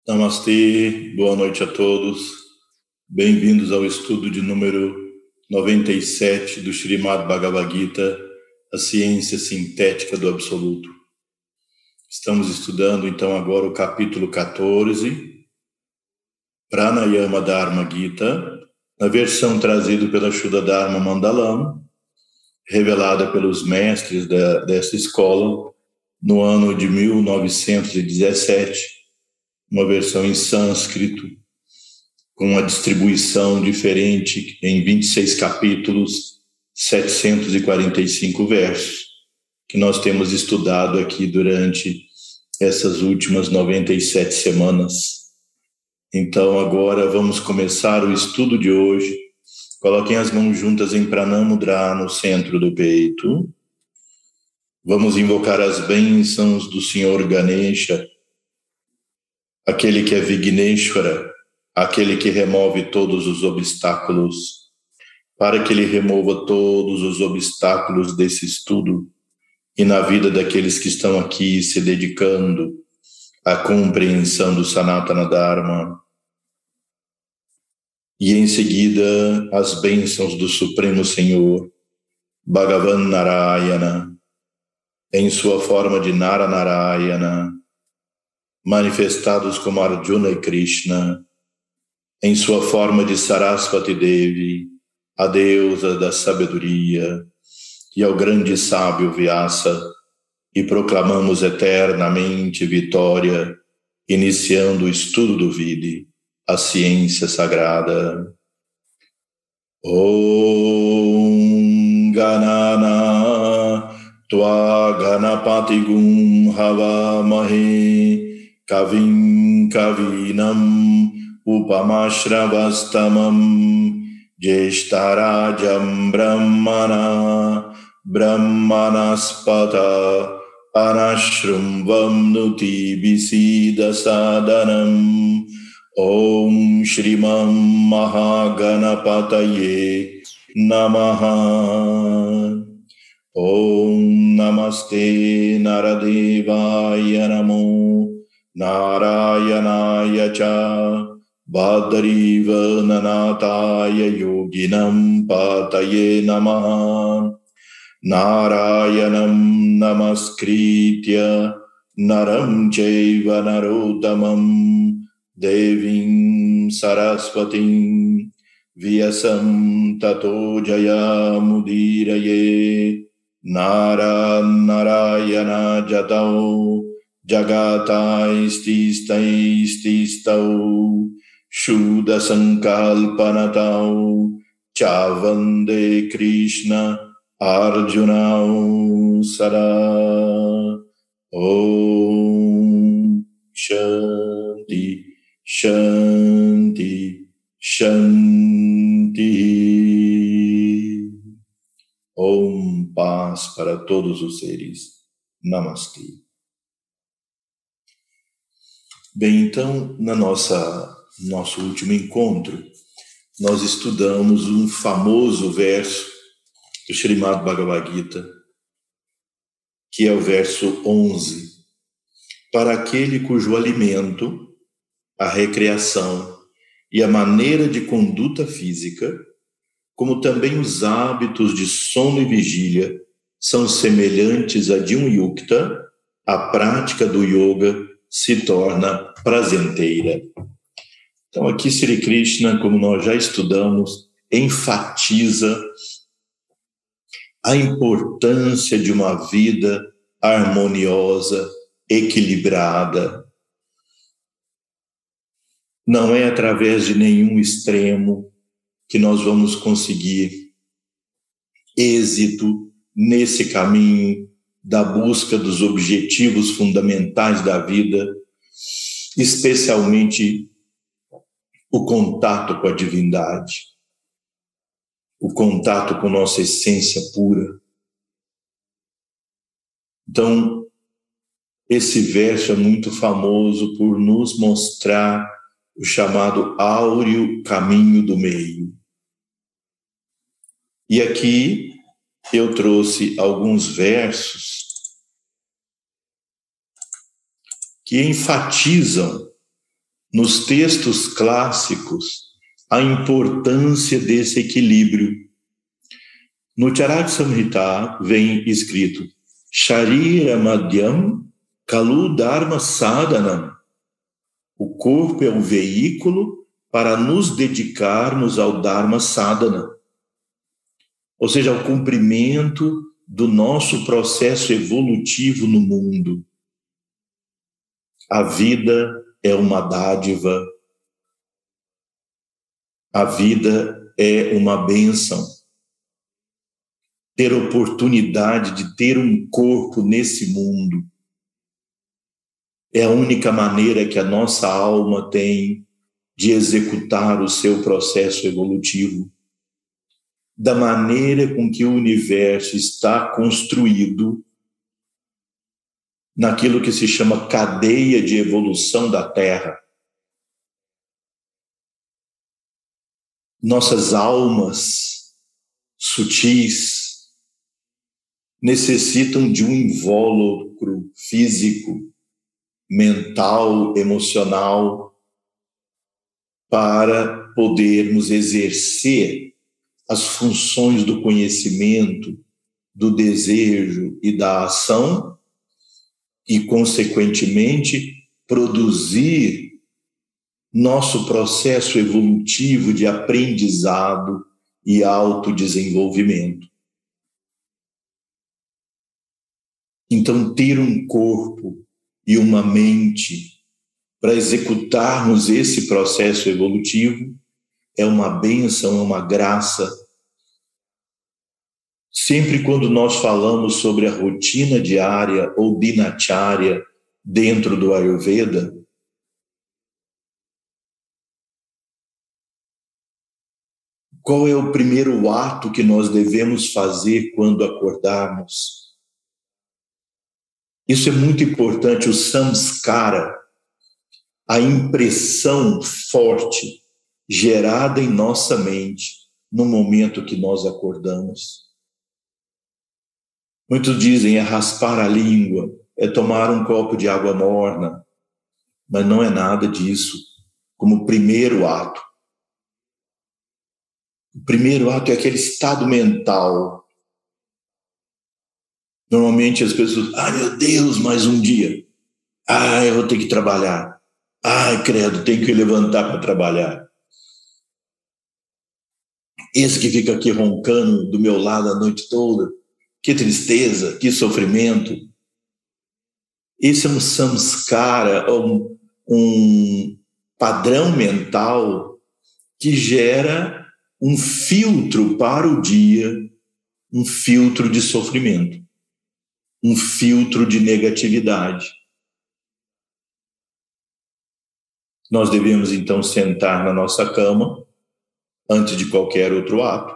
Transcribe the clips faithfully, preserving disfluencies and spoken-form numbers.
Namastê, boa noite a todos. Bem-vindos ao estudo de número noventa e sete do Srimad Bhagavad Gita, a ciência sintética do absoluto. Estamos estudando então agora o capítulo quatorze, Pranayama Dharma Gita, na versão trazida pela Shuddha Dharma Mandalam, revelada pelos mestres da, dessa escola no ano de mil novecentos e dezessete, uma versão em sânscrito, com uma distribuição diferente em vinte e seis capítulos, setecentos e quarenta e cinco versos, que nós temos estudado aqui durante essas últimas noventa e sete semanas. Então agora vamos começar o estudo de hoje. Coloquem as mãos juntas em Pranamudra no centro do peito. Vamos invocar as bênçãos do Senhor Ganesha, aquele que é Vigneshwara, aquele que remove todos os obstáculos, para que ele remova todos os obstáculos desse estudo e na vida daqueles que estão aqui se dedicando à compreensão do Sanatana Dharma. E em seguida, as bênçãos do Supremo Senhor, Bhagavan Narayana, em sua forma de Nara Narayana, manifestados como Arjuna e Krishna, em sua forma de Sarasvati Devi, a deusa da sabedoria, e ao grande sábio Vyasa, e proclamamos eternamente vitória, iniciando o estudo do Vidi, a ciência sagrada. Om Ganana Tva Ganapati Gum Havamahe Kavim Kavinam Upamashravastamam Jeshtarajam Brahmana Brahmanaspata Anashrimvam Nuti Bisida Sadanam Om Shrimam Mahaganapataye Namaha. Om Namaste Naradevaya Namo Narayanaya Cha Bhadariva Nanataya Yoginam Pataye Namaha. Narayanam Namaskritya Naram Chaiva Narottamam Devim Sarasvatim Vyasam Tato Jaya Mudiraye Nara Narayana Jatao Jagata Istista Ististau Shuddha Sankalpanatau Chavande Krishna Arjunau Sara. Om Shanti Shanti Shanti. Om, paz para todos os seres. Namastê. Bem, então, na nossa nosso último encontro, nós estudamos um famoso verso do Srimad Bhagavad Gita, que é o verso onze. Para aquele cujo alimento, a recreação e a maneira de conduta física, como também os hábitos de sono e vigília, são semelhantes a de um yukta, a prática do yoga se torna prazenteira. Então aqui Sri Krishna, como nós já estudamos, enfatiza a importância de uma vida harmoniosa, equilibrada. Não é através de nenhum extremo que nós vamos conseguir êxito nesse caminho da busca dos objetivos fundamentais da vida, especialmente o contato com a divindade, o contato com nossa essência pura. Então, esse verso é muito famoso por nos mostrar o chamado áureo caminho do meio. E aqui eu trouxe alguns versos que enfatizam nos textos clássicos a importância desse equilíbrio. No Charak Samhita vem escrito Sharira Madhyam Kalu Dharma Sadhanam. O corpo é o veículo para nos dedicarmos ao Dharma Sadhana, ou seja, ao cumprimento do nosso processo evolutivo no mundo. A vida é uma dádiva, a vida é uma bênção. Ter oportunidade de ter um corpo nesse mundo é a única maneira que a nossa alma tem de executar o seu processo evolutivo. Da maneira com que o universo está construído, naquilo que se chama cadeia de evolução da Terra. Nossas almas sutis necessitam de um invólucro físico, mental, emocional, para podermos exercer as funções do conhecimento, do desejo e da ação e, consequentemente, produzir nosso processo evolutivo de aprendizado e autodesenvolvimento. Então, ter um corpo e uma mente para executarmos esse processo evolutivo é uma bênção, é uma graça. Sempre quando nós falamos sobre a rotina diária ou dinacharya dentro do Ayurveda, qual é o primeiro ato que nós devemos fazer quando acordarmos? Isso é muito importante, o samskara, a impressão forte gerada em nossa mente no momento que nós acordamos. Muitos dizem é raspar a língua, é tomar um copo de água morna, mas não é nada disso como primeiro ato. O primeiro ato é aquele estado mental. Normalmente as pessoas, ai meu Deus, mais um dia. Ai, eu vou ter que trabalhar. Ai, credo, tenho que levantar para trabalhar. Esse que fica aqui roncando do meu lado a noite toda, que tristeza, que sofrimento. Esse é um samskara, um, um padrão mental que gera um filtro para o dia, um filtro de sofrimento, um filtro de negatividade. Nós devemos, então, sentar na nossa cama, antes de qualquer outro ato,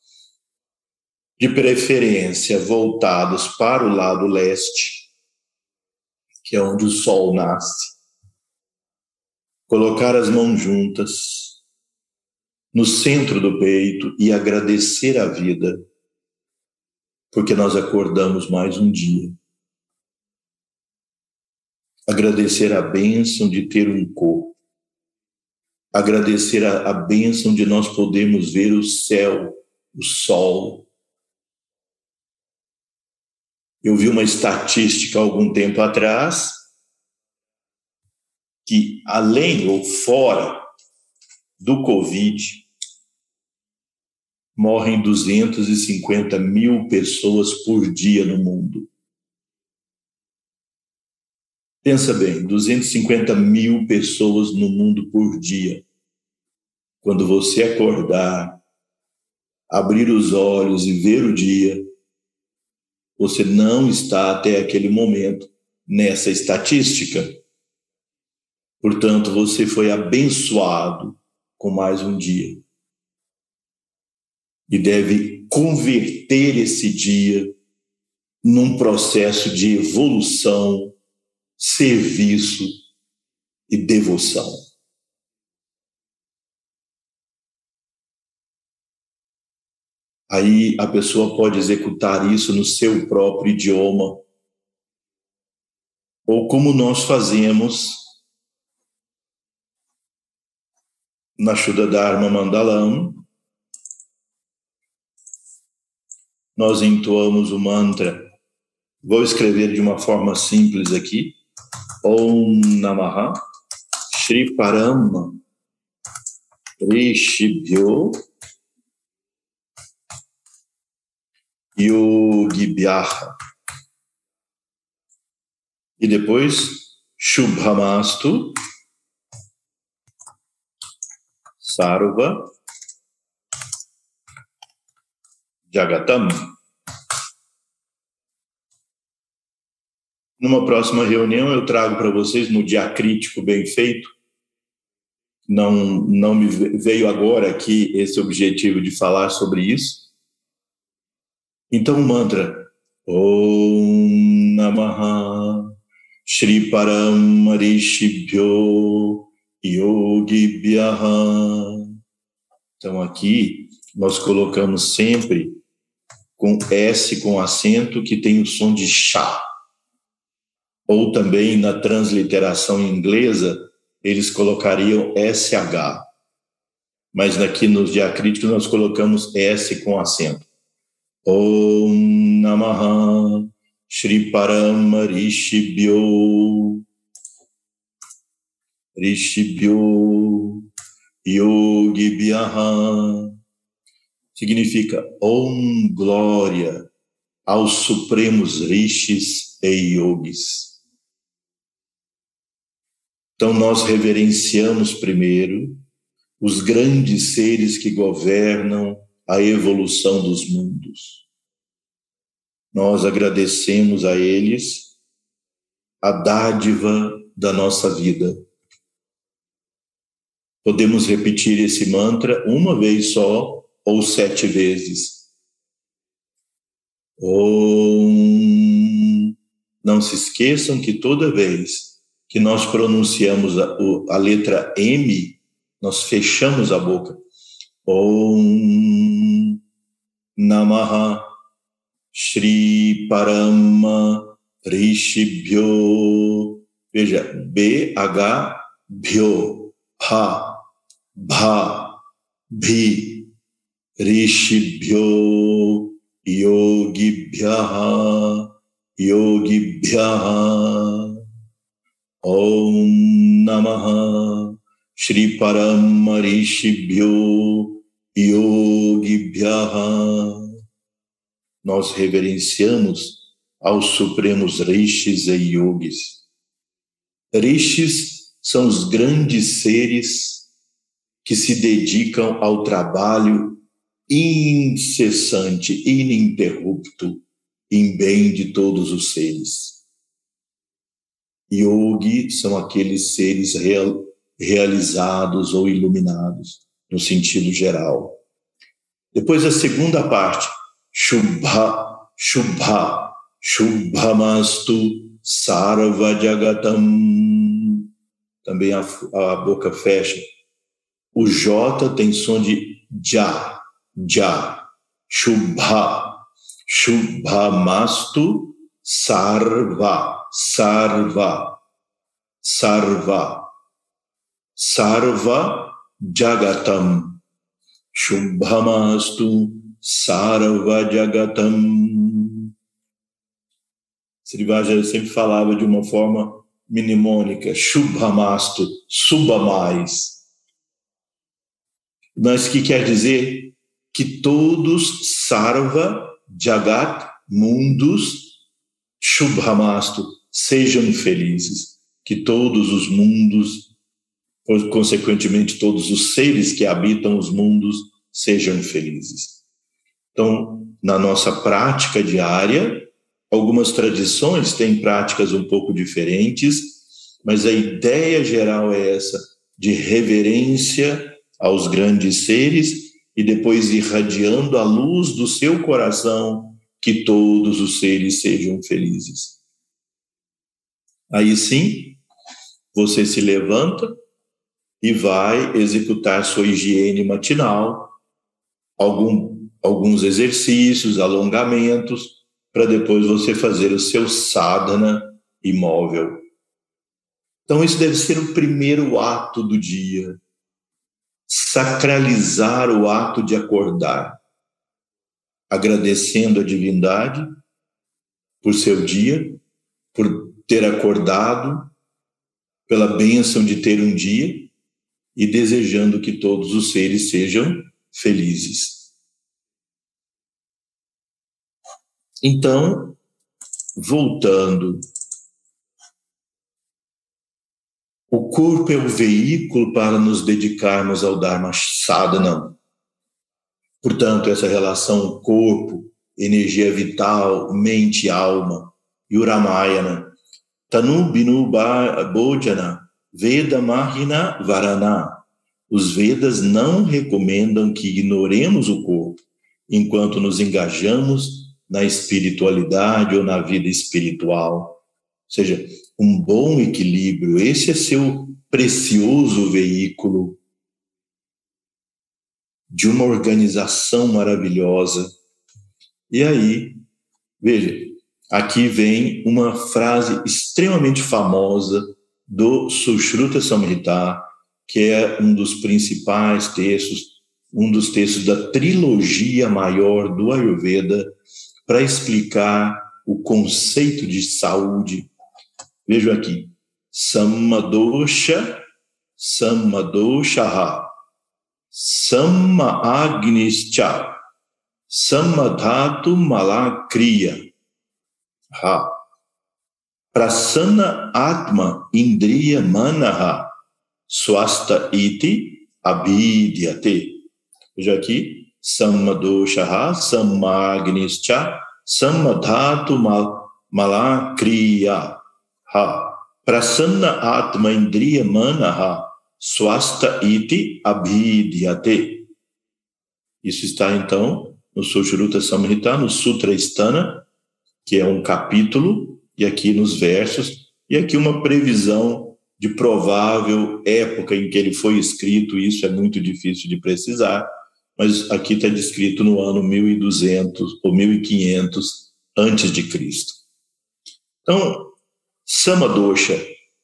de preferência voltados para o lado leste, que é onde o sol nasce. Colocar as mãos juntas no centro do peito e agradecer a vida, porque nós acordamos mais um dia. Agradecer a bênção de ter um corpo. Agradecer a, a bênção de nós podermos ver o céu, o sol. Eu vi uma estatística há algum tempo atrás que, além ou fora do Covid, morrem duzentas e cinquenta mil pessoas por dia no mundo. Pensa bem, duzentas e cinquenta mil pessoas no mundo por dia. Quando você acordar, abrir os olhos e ver o dia, você não está até aquele momento nessa estatística. Portanto, você foi abençoado com mais um dia. E deve converter esse dia num processo de evolução, serviço e devoção. Aí a pessoa pode executar isso no seu próprio idioma, ou como nós fazemos na Shuddha Dharma Mandalam, nós entoamos o mantra. Vou escrever de uma forma simples aqui. Om Namaha Shri Parama Rishibhyo Yogibhyaha. E depois, Shubhamastu Sarva Jagatam. Numa próxima reunião eu trago para vocês, no diacrítico bem feito, não, não me veio agora aqui esse objetivo de falar sobre isso. Então o mantra Om Namaha Shri Parama Rishibhyo Yogibhyaha. Então aqui nós colocamos sempre com S com acento que tem o som de chá. Ou também na transliteração inglesa eles colocariam S H. Mas aqui nos diacríticos nós colocamos S com acento. Om Namaha Shri Parama Rishibhyo Rishibhyo Yogibhyaha. Significa Om Glória aos supremos rishis e yogis. Então nós reverenciamos primeiro os grandes seres que governam a evolução dos mundos. Nós agradecemos a eles a dádiva da nossa vida. Podemos repetir esse mantra uma vez só ou sete vezes. Om. Não se esqueçam que toda vez que nós pronunciamos a, a letra M, nós fechamos a boca. Om Namaha Shri Parama Rishibhyo. Veja, B H Bhyo, Ha, Bha, Bhi, Rishibhyo, Yogibhyaha, Yogibhyaha. Om Namaha Shri Parama Rishibhyo Yogibhyaha. Nós reverenciamos aos supremos rishis e yogis. Rishis são os grandes seres que se dedicam ao trabalho incessante, ininterrupto, em bem de todos os seres. Yogi são aqueles seres real, realizados ou iluminados, no sentido geral. Depois a segunda parte, Shubha, Shubha, Shubhamastu Sarva Jagatam. Também a, a boca fecha. O J tem som de Ja, Ja, Shubha, Shubhamastu Sarva, Sarva, Sarva, Sarva Jagatam, Shubhamastu Sarva Jagatam. Srivaja sempre falava de uma forma mnemônica, Shubhamastu, suba mais. Mas que quer dizer que todos, Sarva, Jagat, mundos, Shubhamastu, sejam felizes, que todos os mundos, consequentemente todos os seres que habitam os mundos, sejam felizes. Então, na nossa prática diária, algumas tradições têm práticas um pouco diferentes, mas a ideia geral é essa, de reverência aos grandes seres e depois irradiando a luz do seu coração, que todos os seres sejam felizes. Aí sim, você se levanta e vai executar sua higiene matinal, algum, alguns exercícios, alongamentos, para depois você fazer o seu sadhana imóvel. Então, isso deve ser o primeiro ato do dia. sacralizar o ato de acordar, agradecendo a divindade por seu dia, por ter acordado, pela bênção de ter um dia e desejando que todos os seres sejam felizes. Então, voltando, o corpo é o veículo para nos dedicarmos ao Dharma Sadhana. Portanto, essa relação corpo, energia vital, mente e alma, e o Ramayana, Tanu Binu Bhojana, Veda Mahina Varana. Os Vedas não recomendam que ignoremos o corpo enquanto nos engajamos na espiritualidade ou na vida espiritual. Ou seja, um bom equilíbrio, esse é seu precioso veículo de uma organização maravilhosa. E aí, veja, aqui vem uma frase extremamente famosa do Sushruta Samhita, que é um dos principais textos, um dos textos da trilogia maior do Ayurveda, para explicar o conceito de saúde. Vejo aqui, Sammadosha, Sammadoshaha, Samma Agnischa, Sammadhatu Malakriya, Ha, Prasanna Atma Indriya Manaha, Swasta Iti Abhidyate. Veja aqui, Sammadoshaha, Sammagnischa, Sammadhatu Malakriya, Ha, Prasanna Atma Indriya Manaha, Swasta Iti Abhidyate. Isso está, então, no Sushruta Samhita, no Sutra Sthana, que é um capítulo, e aqui nos versos, e aqui uma previsão de provável época em que ele foi escrito. Isso é muito difícil de precisar, mas aqui está descrito no ano mil e duzentos ou mil e quinhentos antes de Cristo. Então, Samadosha,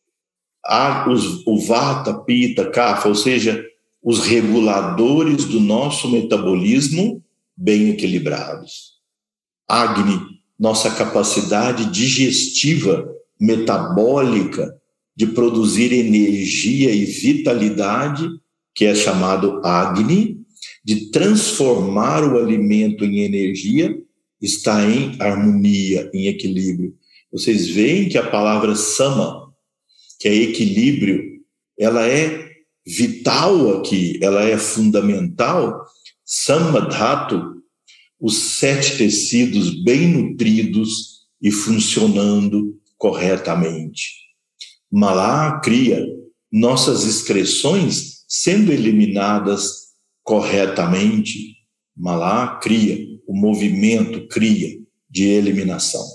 o Vata, Pitta, Kapha, ou seja, os reguladores do nosso metabolismo bem equilibrados. Agni, nossa capacidade digestiva, metabólica, de produzir energia e vitalidade, que é chamado Agni, de transformar o alimento em energia, está em harmonia, em equilíbrio. Vocês veem que a palavra Sama, que é equilíbrio, ela é vital aqui, ela é fundamental. Samadhatu, os sete tecidos bem nutridos e funcionando corretamente. Malakriya, nossas excreções sendo eliminadas corretamente. Malakriya, o movimento kriya de eliminação.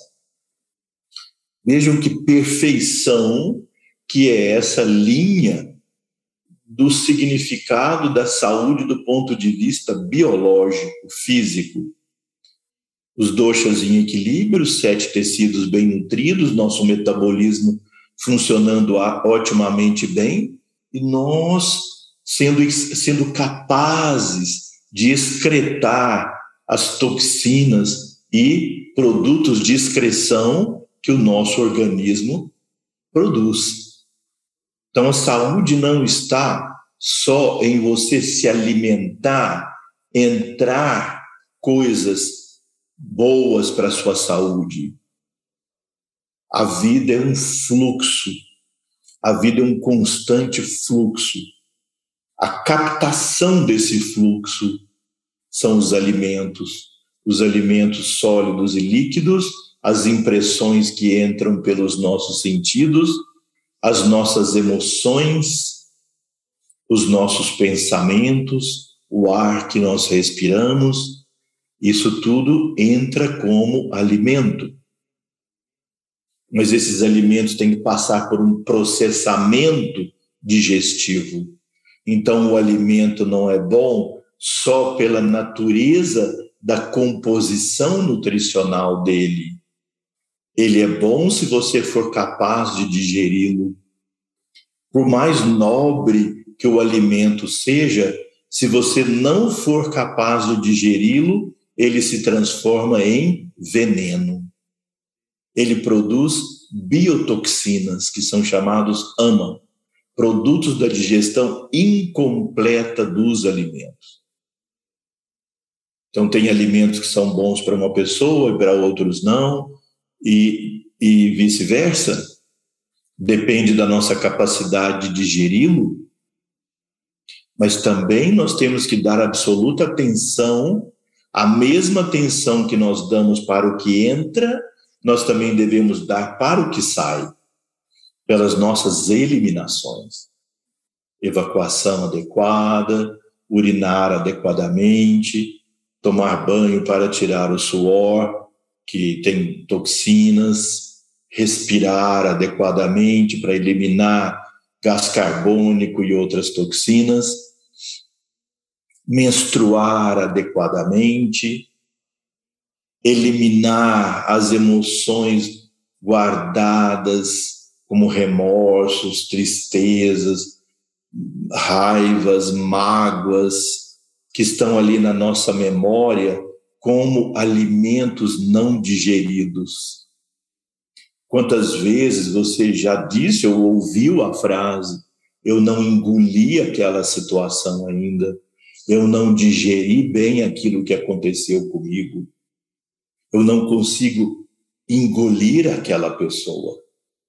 Vejam que perfeição que é essa linha do significado da saúde do ponto de vista biológico, físico. Os doshas em equilíbrio, sete tecidos bem nutridos, nosso metabolismo funcionando otimamente bem, e nós sendo, sendo capazes de excretar as toxinas e produtos de excreção que o nosso organismo produz. Então, a saúde não está só em você se alimentar, entrar coisas boas para a sua saúde. A vida é um fluxo, a vida é um constante fluxo. A captação desse fluxo são os alimentos, os alimentos sólidos e líquidos, as impressões que entram pelos nossos sentidos, as nossas emoções, os nossos pensamentos, o ar que nós respiramos, isso tudo entra como alimento. Mas esses alimentos têm que passar por um processamento digestivo. Então, o alimento não é bom só pela natureza da composição nutricional dele. Ele é bom se você for capaz de digeri-lo. Por mais nobre que o alimento seja, se você não for capaz de digeri-lo, ele se transforma em veneno. Ele produz biotoxinas, que são chamados A M A, produtos da digestão incompleta dos alimentos. Então, tem alimentos que são bons para uma pessoa e para outros não, e, e vice-versa. Depende da nossa capacidade de digeri-lo, mas também nós temos que dar absoluta atenção, a mesma atenção que nós damos para o que entra, nós também devemos dar para o que sai, pelas nossas eliminações. Evacuação adequada, urinar adequadamente, tomar banho para tirar o suor, que tem toxinas, respirar adequadamente para eliminar gás carbônico e outras toxinas, menstruar adequadamente, eliminar as emoções guardadas, como remorsos, tristezas, raivas, mágoas, que estão ali na nossa memória como alimentos não digeridos. Quantas vezes você já disse ou ouviu a frase: eu não engoli aquela situação ainda, eu não digeri bem aquilo que aconteceu comigo, eu não consigo engolir aquela pessoa.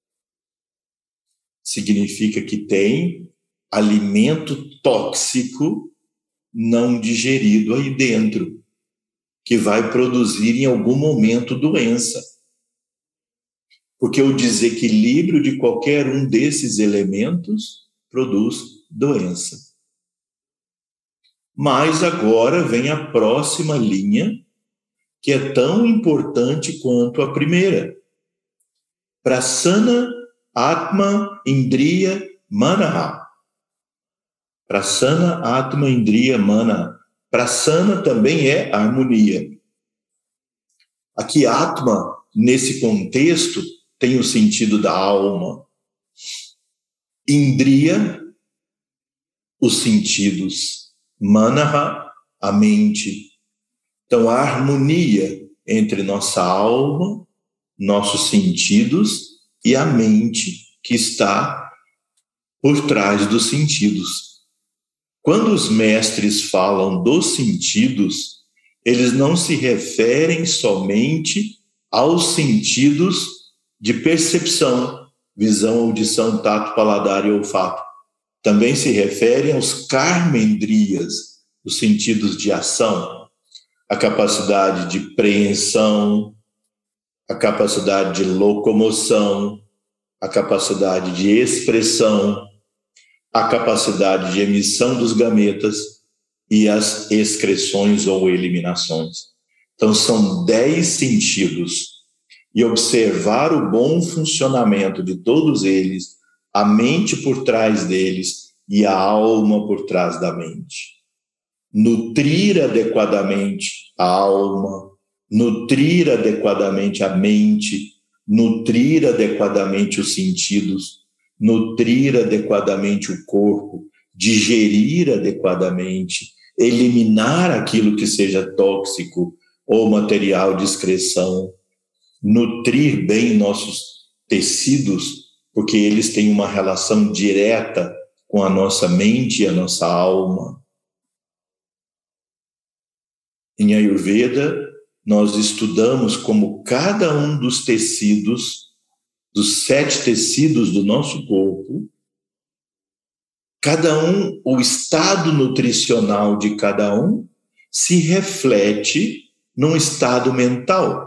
Significa que tem alimento tóxico não digerido aí dentro, que vai produzir em algum momento doença. Porque o desequilíbrio de qualquer um desses elementos produz doença. Mas agora vem a próxima linha, que é tão importante quanto a primeira. Prasana, Atma, Indriya, Mana. Prasana, Atma, Indriya, Mana. Prasana também é harmonia. Aqui, Atma, nesse contexto, tem o sentido da alma. Indriya, os sentidos. Manaha, a mente. Então, a harmonia entre nossa alma, nossos sentidos e a mente que está por trás dos sentidos. Quando os mestres falam dos sentidos, eles não se referem somente aos sentidos de percepção, visão, audição, tato, paladar e olfato. Também se referem aos karmendriyas, os sentidos de ação, a capacidade de preensão, a capacidade de locomoção, a capacidade de expressão, a capacidade de emissão dos gametas e as excreções ou eliminações. Então, são dez sentidos. E observar o bom funcionamento de todos eles, a mente por trás deles e a alma por trás da mente. Nutrir adequadamente a alma, nutrir adequadamente a mente, nutrir adequadamente os sentidos, nutrir adequadamente o corpo, digerir adequadamente, eliminar aquilo que seja tóxico ou material de excreção, nutrir bem nossos tecidos, porque eles têm uma relação direta com a nossa mente e a nossa alma. Em Ayurveda, nós estudamos como cada um dos tecidos, dos sete tecidos do nosso corpo, cada um, o estado nutricional de cada um se reflete num estado mental.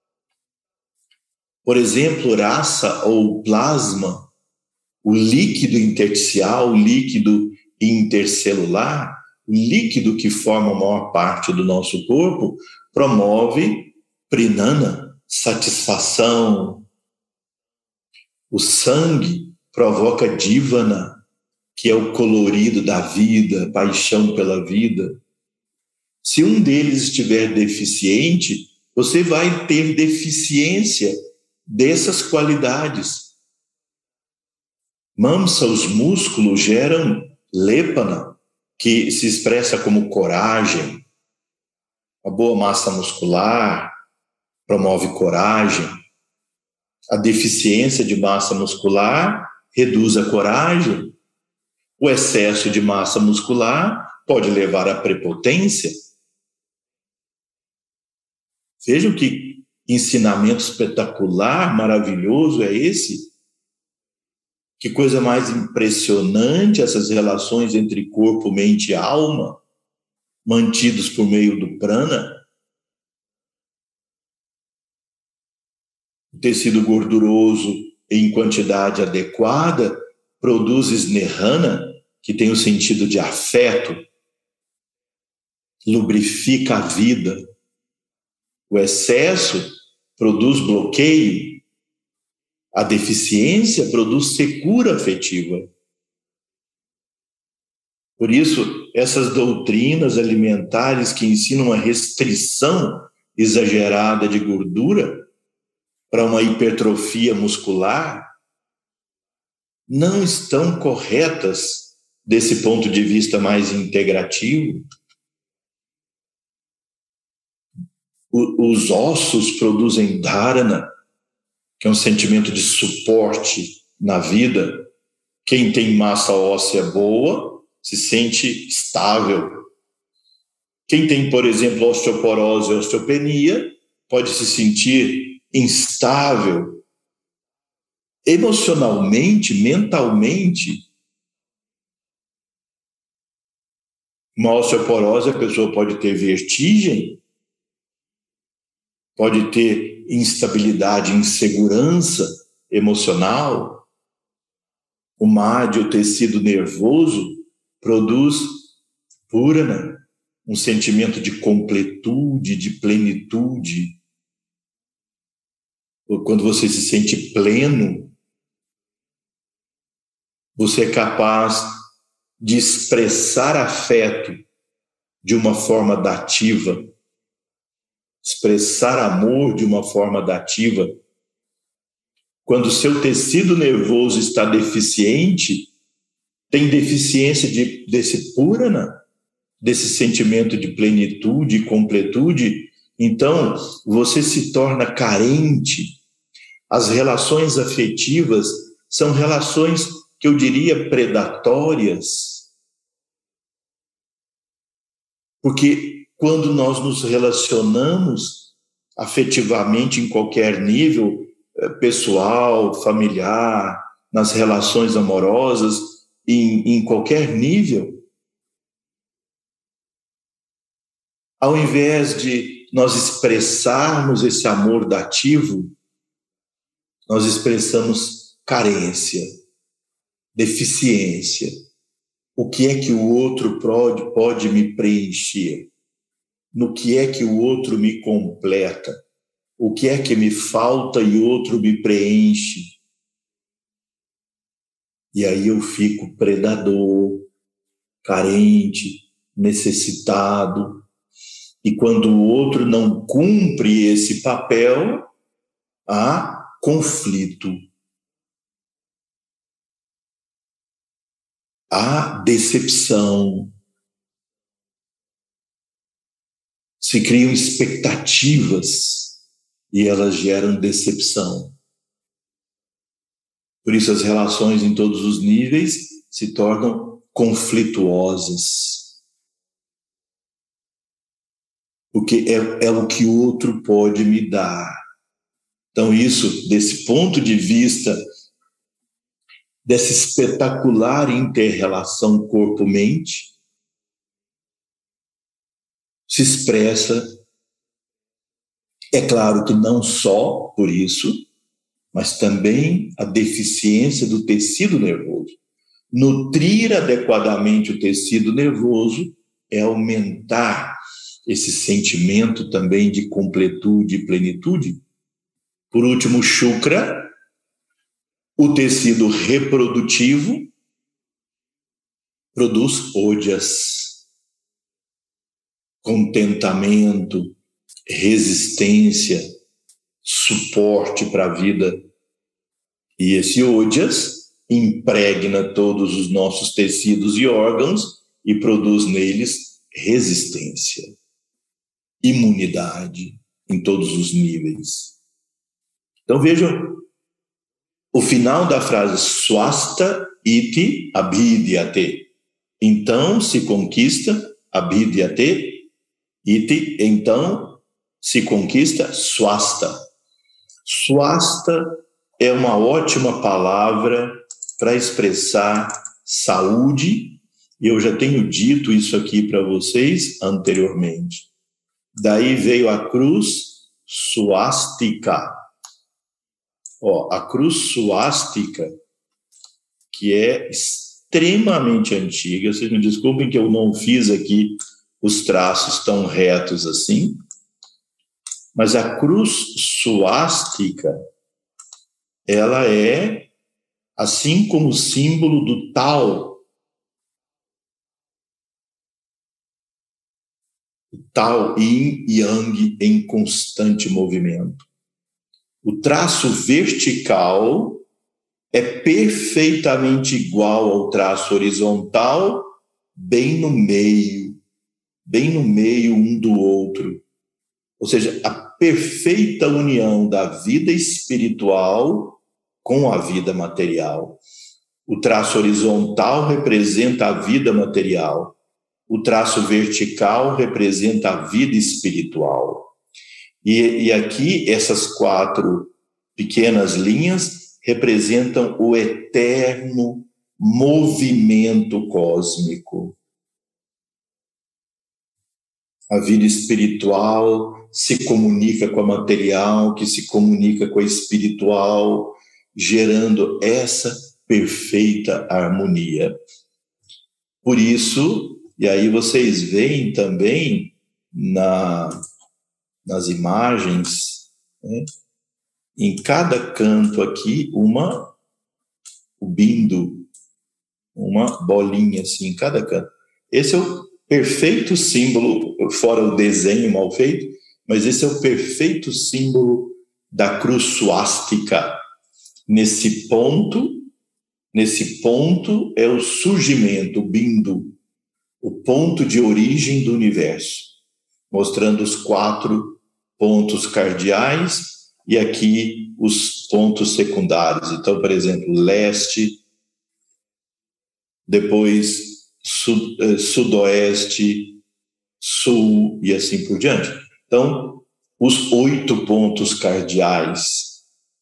Por exemplo, rasa ou plasma, o líquido intersticial, o líquido intercelular, o líquido que forma a maior parte do nosso corpo, promove prinana, satisfação. O sangue provoca dívana, que é o colorido da vida, paixão pela vida. Se um deles estiver deficiente, você vai ter deficiência dessas qualidades. Mamsa, os músculos, geram Lepana, que se expressa como coragem. A boa massa muscular promove coragem. A deficiência de massa muscular reduz a coragem. O excesso de massa muscular pode levar à prepotência. Vejam que ensinamento espetacular, maravilhoso é esse. Que coisa mais impressionante essas relações entre corpo, mente e alma, mantidos por meio do prana. O tecido gorduroso em quantidade adequada produz snehana, que tem o sentido de afeto, lubrifica a vida. O excesso produz bloqueio. A deficiência produz secura afetiva. Por isso, essas doutrinas alimentares que ensinam a restrição exagerada de gordura para uma hipertrofia muscular não estão corretas desse ponto de vista mais integrativo. O, os ossos produzem dharana, que é um sentimento de suporte na vida. Quem tem massa óssea boa se sente estável. Quem tem, por exemplo, osteoporose e osteopenia pode se sentir instável emocionalmente, mentalmente. Uma osteoporose, a pessoa pode ter vertigem, pode ter instabilidade, insegurança emocional. O mádia, o tecido nervoso, produz purana, um sentimento de completude, de plenitude. Quando você se sente pleno, você é capaz de expressar afeto de uma forma dativa, expressar amor de uma forma dativa. Quando o seu tecido nervoso está deficiente, tem deficiência de, desse purana, desse sentimento de plenitude e completude, então você se torna carente. As relações afetivas são relações que eu diria predatórias, porque quando nós nos relacionamos afetivamente em qualquer nível, pessoal, familiar, nas relações amorosas, em, em qualquer nível, ao invés de nós expressarmos esse amor dativo, nós expressamos carência, deficiência. O que é que o outro pode, pode me preencher? No que é que o outro me completa? O que é que me falta e o outro me preenche? E aí eu fico predador, carente, necessitado. E quando o outro não cumpre esse papel, há conflito. Há decepção. Se criam expectativas e elas geram decepção. Por isso as relações em todos os níveis se tornam conflituosas. Porque é, é o que o outro pode me dar. Então isso, desse ponto de vista, dessa espetacular inter-relação corpo-mente, se expressa, é claro que não só por isso, mas também a deficiência do tecido nervoso. Nutrir adequadamente o tecido nervoso é aumentar esse sentimento também de completude e plenitude. Por último, Shukra, o tecido reprodutivo, produz ojas, contentamento, resistência, suporte para a vida. E esse ojas impregna todos os nossos tecidos e órgãos e produz neles resistência, imunidade em todos os níveis. Então vejam o final da frase swasta iti abhidyate. Então se conquista, abhidyate, iti, então se conquista swasta. Swasta é uma ótima palavra para expressar saúde, e eu já tenho dito isso aqui para vocês anteriormente. Daí veio a cruz suástica. Ó, a cruz suástica, que é extremamente antiga, vocês me desculpem que eu não fiz aqui os traços tão retos assim, mas a cruz suástica, ela é, assim como o símbolo do Tao, o Tao, Yin e Yang em constante movimento. O traço vertical é perfeitamente igual ao traço horizontal, bem no meio, bem no meio um do outro. Ou seja, a perfeita união da vida espiritual com a vida material. O traço horizontal representa a vida material. O traço vertical representa a vida espiritual. E, e aqui, essas quatro pequenas linhas representam o eterno movimento cósmico. A vida espiritual se comunica com a material, que se comunica com a espiritual, gerando essa perfeita harmonia. Por isso, e aí vocês veem também na, nas imagens, né, em cada canto aqui, uma, o bindo, uma bolinha assim, em cada canto. Esse é o perfeito símbolo, fora o desenho mal feito, mas esse é o perfeito símbolo da cruz suástica. Nesse ponto, nesse ponto é o surgimento, o bindo, o ponto de origem do universo, mostrando os quatro pontos cardeais e aqui os pontos secundários. Então, por exemplo, leste, depois Sud, sudoeste, sul e assim por diante. Então, os oito pontos cardeais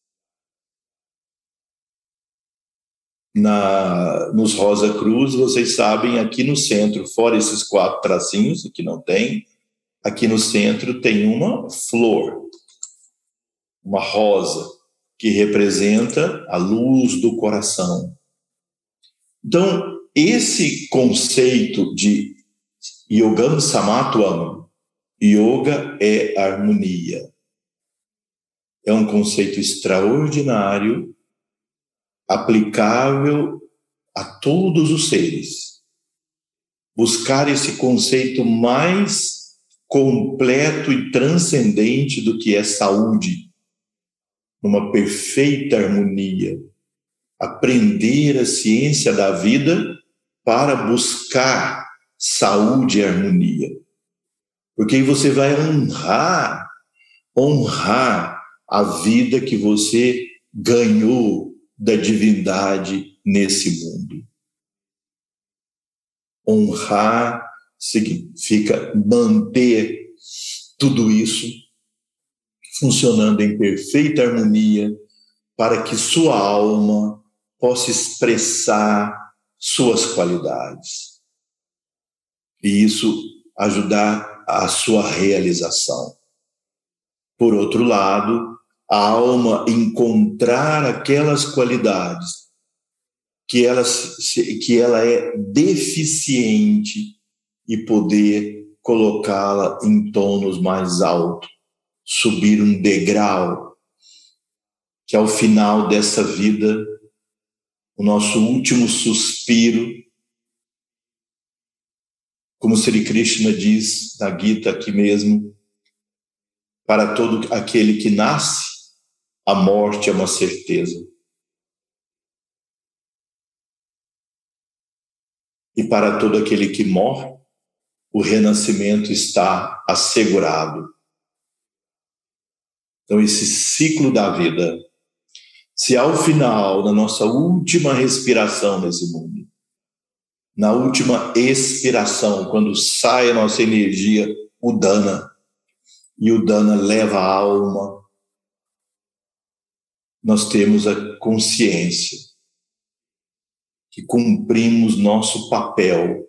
na, nos Rosa Cruz, vocês sabem, aqui no centro, fora esses quatro tracinhos, aqui não tem, aqui no centro tem uma flor, uma rosa, que representa a luz do coração. Então, esse conceito de Yogam Samatvam, yoga é harmonia. É um conceito extraordinário, aplicável a todos os seres. Buscar esse conceito mais completo e transcendente do que é saúde, numa perfeita harmonia. Aprender a ciência da vida para buscar saúde e harmonia. Porque aí você vai honrar, honrar a vida que você ganhou da divindade nesse mundo. Honrar significa manter tudo isso funcionando em perfeita harmonia para que sua alma possa expressar suas qualidades. E isso ajudar a sua realização. Por outro lado, a alma encontrar aquelas qualidades que ela, que ela é deficiente e poder colocá-la em tonos mais altos, subir um degrau, que ao final dessa vida, o nosso último suspiro, como Sri Krishna diz na Gita aqui mesmo, para todo aquele que nasce, a morte é uma certeza. E para todo aquele que morre, o renascimento está assegurado. Então, esse ciclo da vida, se ao final, na nossa última respiração nesse mundo, na última expiração, quando sai a nossa energia, o dana, e o dana leva a alma, nós temos a consciência que cumprimos nosso papel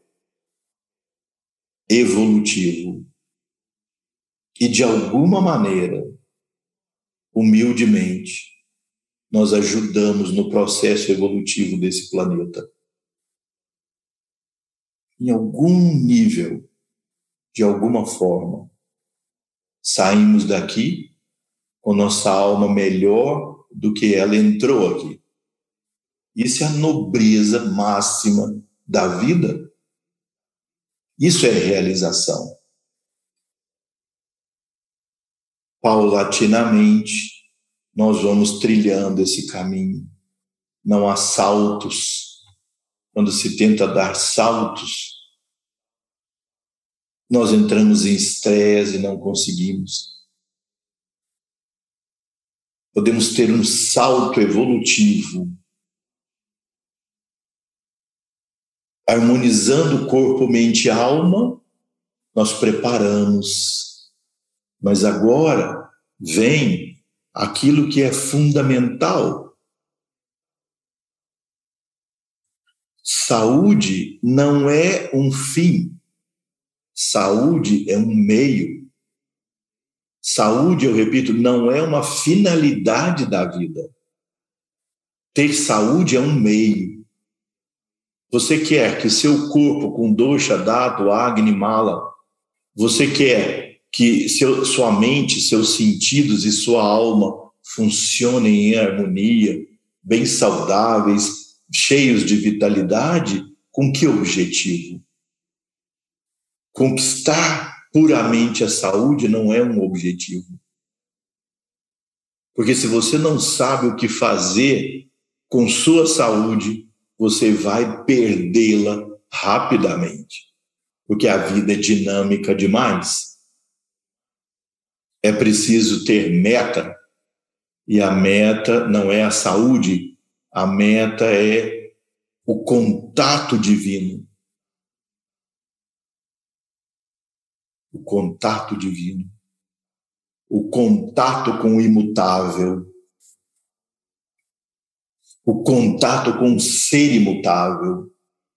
evolutivo e, de alguma maneira, humildemente, nós ajudamos no processo evolutivo desse planeta. Em algum nível, de alguma forma, saímos daqui com nossa alma melhor do que ela entrou aqui. Isso é a nobreza máxima da vida. Isso é realização. Paulatinamente, nós vamos trilhando esse caminho. Não há saltos. Quando se tenta dar saltos, nós entramos em estresse e não conseguimos. Podemos ter um salto evolutivo, harmonizando corpo, mente e alma, nós preparamos. Mas agora vem aquilo que é fundamental. Saúde não é um fim. Saúde é um meio. Saúde, eu repito, não é uma finalidade da vida. Ter saúde é um meio. Você quer que seu corpo com dosha, dhato, agni, mala, você quer que seu, sua mente, seus sentidos e sua alma funcionem em harmonia, bem saudáveis, cheios de vitalidade, com que objetivo? Conquistar puramente a saúde não é um objetivo. Porque se você não sabe o que fazer com sua saúde, você vai perdê-la rapidamente. Porque a vida é dinâmica demais. É preciso ter meta. E a meta não é a saúde, a meta é o contato divino. O contato divino. O contato com o imutável. O contato com o ser imutável,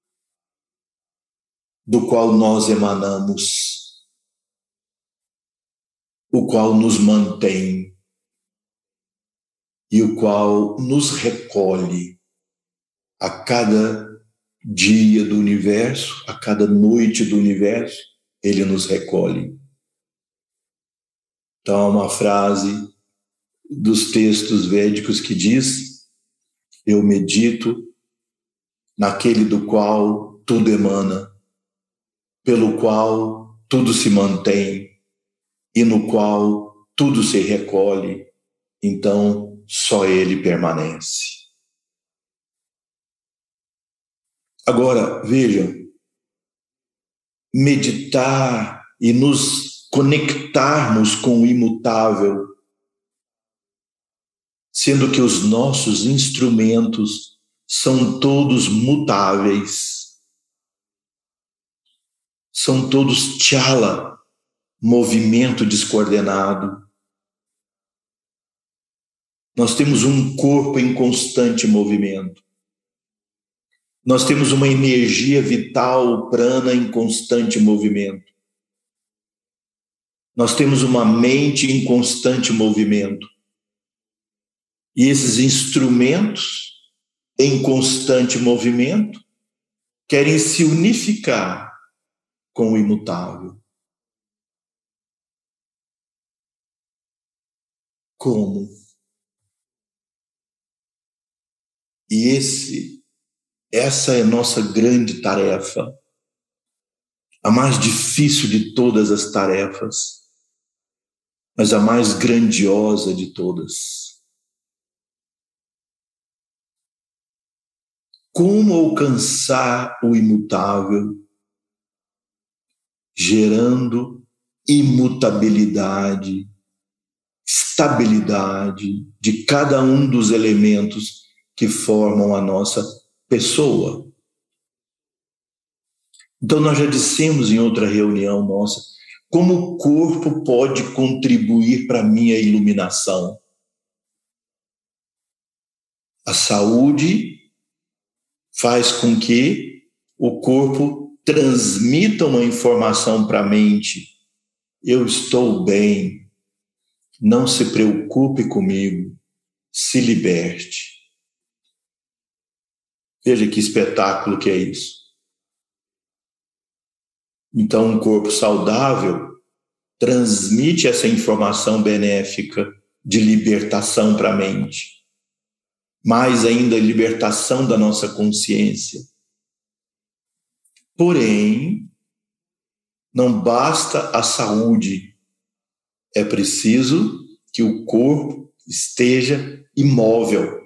do qual nós emanamos, o qual nos mantém e o qual nos recolhe a cada dia do universo, a cada noite do universo, ele nos recolhe. Então, há uma frase dos textos védicos que diz: eu medito naquele do qual tudo emana, pelo qual tudo se mantém e no qual tudo se recolhe, então só ele permanece. Agora, vejam, meditar e nos conectarmos com o imutável, sendo que os nossos instrumentos são todos mutáveis, são todos chala, movimento descoordenado. Nós temos um corpo em constante movimento. Nós temos uma energia vital, prana, em constante movimento. Nós temos uma mente em constante movimento. E esses instrumentos em constante movimento querem se unificar com o imutável. Como? E esse, essa é a nossa grande tarefa, a mais difícil de todas as tarefas, mas a mais grandiosa de todas. como alcançar o imutável, gerando imutabilidade, estabilidade de cada um dos elementos que formam a nossa pessoa. Então, nós já dissemos em outra reunião nossa, como o corpo pode contribuir para a minha iluminação. A saúde faz com que o corpo transmita uma informação para a mente. Eu estou bem, não se preocupe comigo, se liberte. Veja que espetáculo que é isso. Então, um corpo saudável transmite essa informação benéfica de libertação para a mente. Mais ainda, libertação da nossa consciência. Porém, não basta a saúde. É preciso que o corpo esteja imóvel.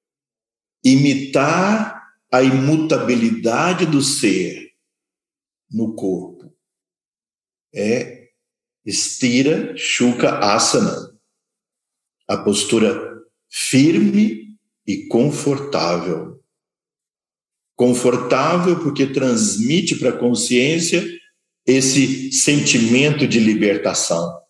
Imitar a imutabilidade do ser no corpo. É Stira Shuka Asana. A postura firme e confortável. Confortável porque transmite para a consciência esse sentimento de libertação.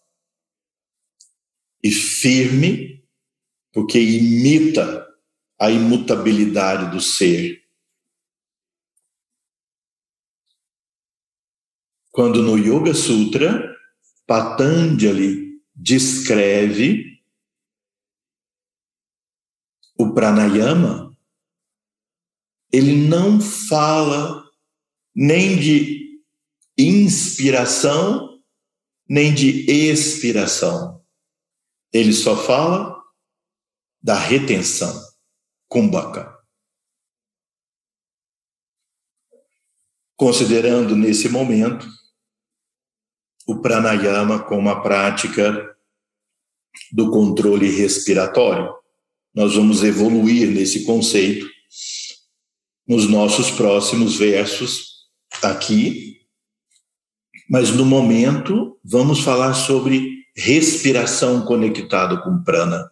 E firme porque imita a imutabilidade do ser. Quando no Yoga Sutra, Patanjali descreve o pranayama, ele não fala nem de inspiração, nem de expiração. Ele só fala da retenção, kumbhaka. Considerando nesse momento o pranayama como a prática do controle respiratório. Nós vamos evoluir nesse conceito nos nossos próximos versos aqui, mas no momento vamos falar sobre respiração conectada com prana.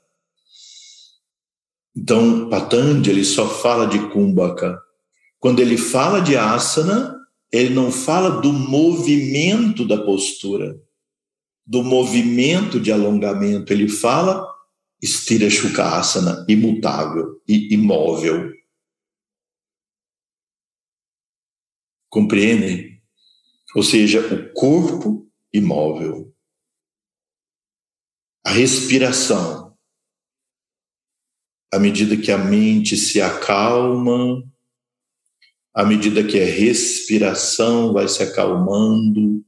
Então, Patanjali só fala de kumbhaka. Quando ele fala de asana, ele não fala do movimento da postura, do movimento de alongamento, ele fala Stira Shuka Asana, imutável e imóvel. Compreendem? Ou seja, o corpo imóvel. A respiração, à medida que a mente se acalma, à medida que a respiração vai se acalmando.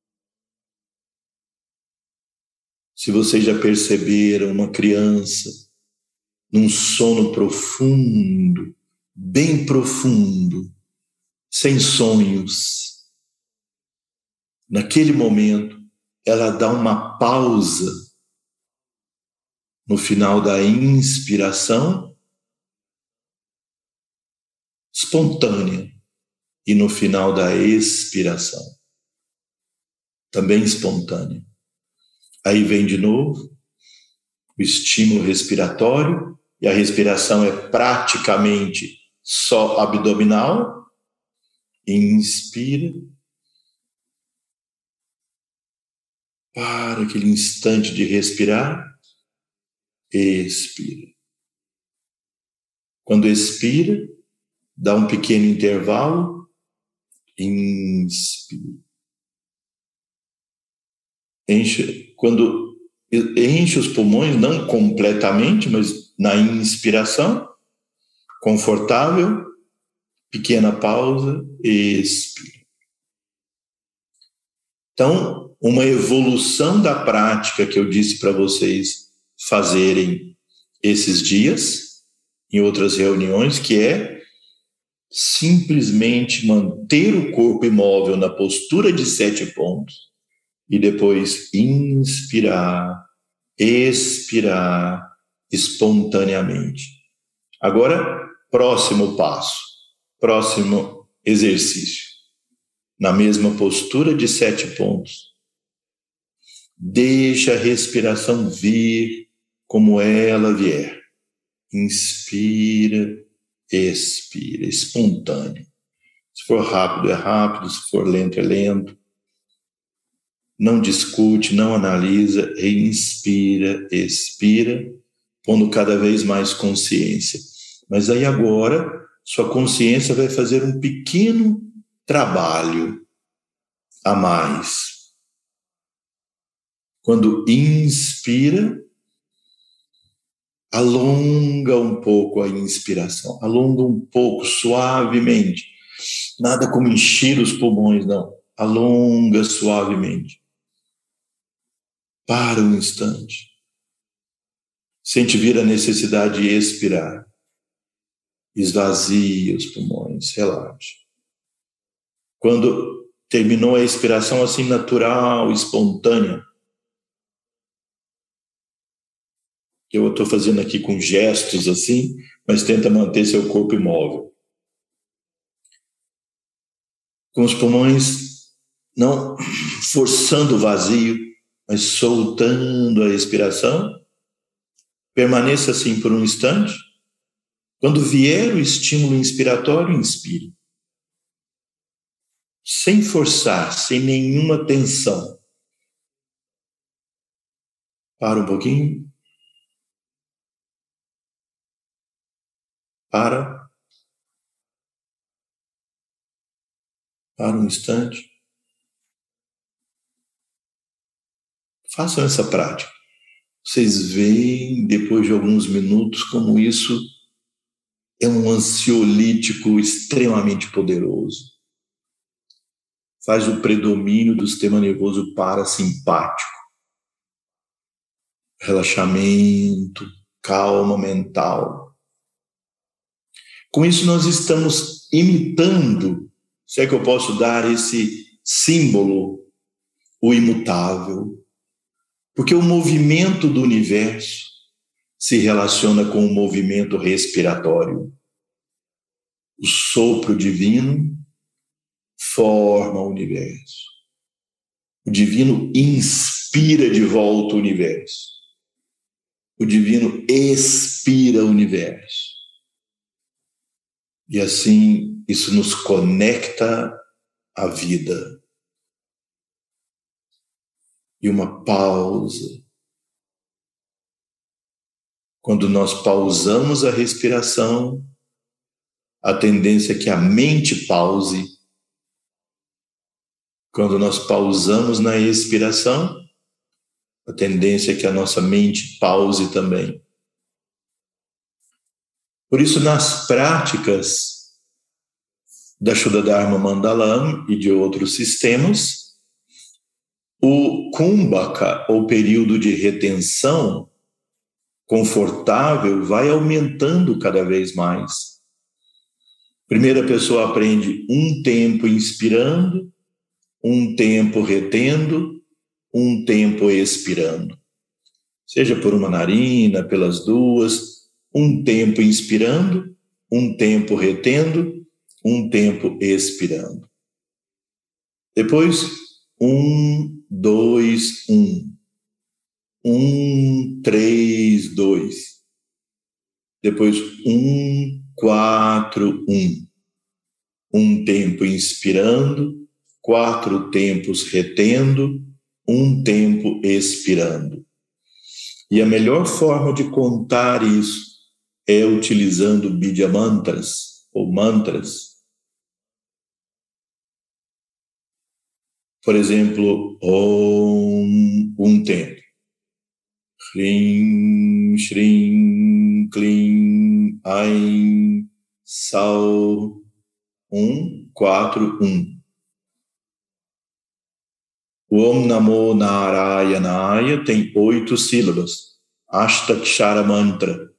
Se vocês já perceberam uma criança num sono profundo, bem profundo, sem sonhos, naquele momento ela dá uma pausa no final da inspiração, espontânea, e no final da expiração, também espontânea. Aí vem de novo o estímulo respiratório, e a respiração é praticamente só abdominal. Inspira. Para aquele instante de respirar. Expira. Quando expira, dá um pequeno intervalo. Inspira. Enche, quando enche os pulmões, não completamente, mas na inspiração, confortável, pequena pausa, expira. Então, uma evolução da prática que eu disse para vocês fazerem esses dias, em outras reuniões, que é simplesmente manter o corpo imóvel na postura de sete pontos, e depois inspirar, expirar espontaneamente. Agora, próximo passo. Próximo exercício. Na mesma postura de sete pontos. Deixa a respiração vir como ela vier. Inspira, expira, espontâneo. Se for rápido, é rápido. Se for lento, é lento. Não discute, não analisa. Inspira, expira, pondo cada vez mais consciência. Mas aí agora, sua consciência vai fazer um pequeno trabalho a mais. Quando inspira, alonga um pouco a inspiração. Alonga um pouco, suavemente. Nada como encher os pulmões, não. Alonga suavemente. Para um instante. Sente vir a necessidade de expirar. Esvazia os pulmões, relaxa. Quando terminou a expiração assim natural, espontânea, que eu estou fazendo aqui com gestos assim, mas tenta manter seu corpo imóvel. Com os pulmões não forçando o vazio, mas soltando a expiração, permaneça assim por um instante. Quando vier o estímulo inspiratório, inspire. Sem forçar, sem nenhuma tensão. Para um pouquinho. Para. Para um instante. Façam essa prática. Vocês veem, depois de alguns minutos, como isso é um ansiolítico extremamente poderoso. Faz o predomínio do sistema nervoso parasimpático. Relaxamento, calma mental. Com isso nós estamos imitando, se é que eu posso dar esse símbolo, o imutável. Porque o movimento do universo se relaciona com o movimento respiratório. O sopro divino forma o universo. O divino inspira de volta o universo. O divino expira o universo. E assim, isso nos conecta à vida. E uma pausa. Quando nós pausamos a respiração, a tendência é que a mente pause. Quando nós pausamos na expiração, a tendência é que a nossa mente pause também. Por isso, nas práticas da Shuddha Dharma Mandalam e de outros sistemas, o kumbhaka, ou período de retenção confortável, vai aumentando cada vez mais. Primeiro a pessoa aprende um tempo inspirando, um tempo retendo, um tempo expirando. Seja por uma narina, pelas duas, um tempo inspirando, um tempo retendo, um tempo expirando. Depois, um, dois, um. Um, três, dois. Depois, um, quatro, um. Um tempo inspirando, quatro tempos retendo, um tempo expirando. E a melhor forma de contar isso é utilizando Bidya mantras, ou mantras. Por exemplo, Om, um tempo. Hrim, Shrim, Klim, Aim, Sal, um, quatro, um. O Om Namo Narayanaya tem oito sílabas. Ashtakshara Mantra.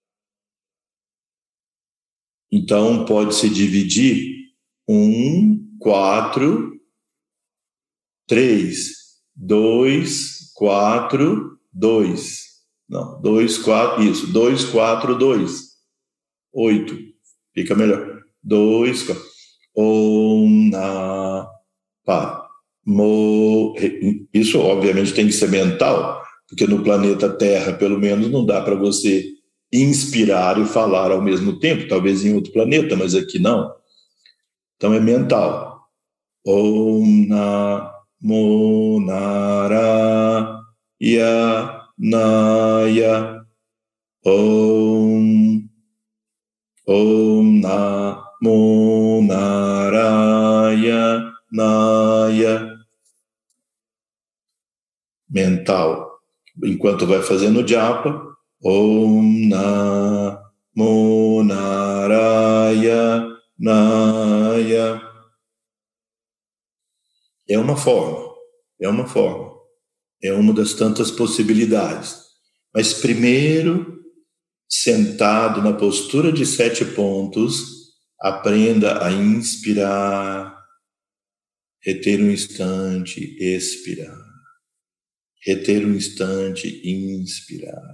Então, pode-se dividir um, quatro, três, dois, quatro, dois. Não, dois, quatro, isso. Dois, quatro, dois. Oito. Fica melhor. dois, quatro. Om na pa mo. Isso, obviamente, tem que ser mental, porque no planeta Terra, pelo menos, não dá para você inspirar e falar ao mesmo tempo, talvez em outro planeta, mas aqui não. Então é mental. Om Namo Narayana Om Om Namo Narayana. Mental. Enquanto vai fazendo o japa, Om Namo Narayana. É uma forma, é uma forma, é uma das tantas possibilidades. Mas primeiro, sentado na postura de sete pontos, aprenda a inspirar, reter um instante, expirar. Reter um instante, inspirar.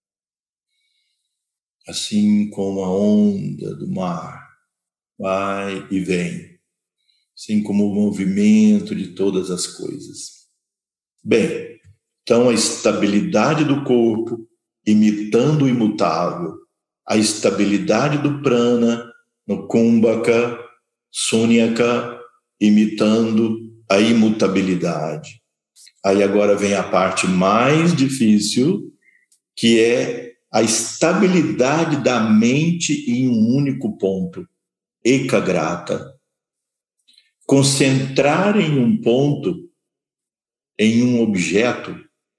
Assim como a onda do mar vai e vem. Assim como o movimento de todas as coisas. Bem, então a estabilidade do corpo, imitando o imutável, a estabilidade do prana no kumbhaka, sunyaka, imitando a imutabilidade. Aí agora vem a parte mais difícil, que é a estabilidade da mente em um único ponto, ekagrata. Concentrar em um ponto, em um objeto,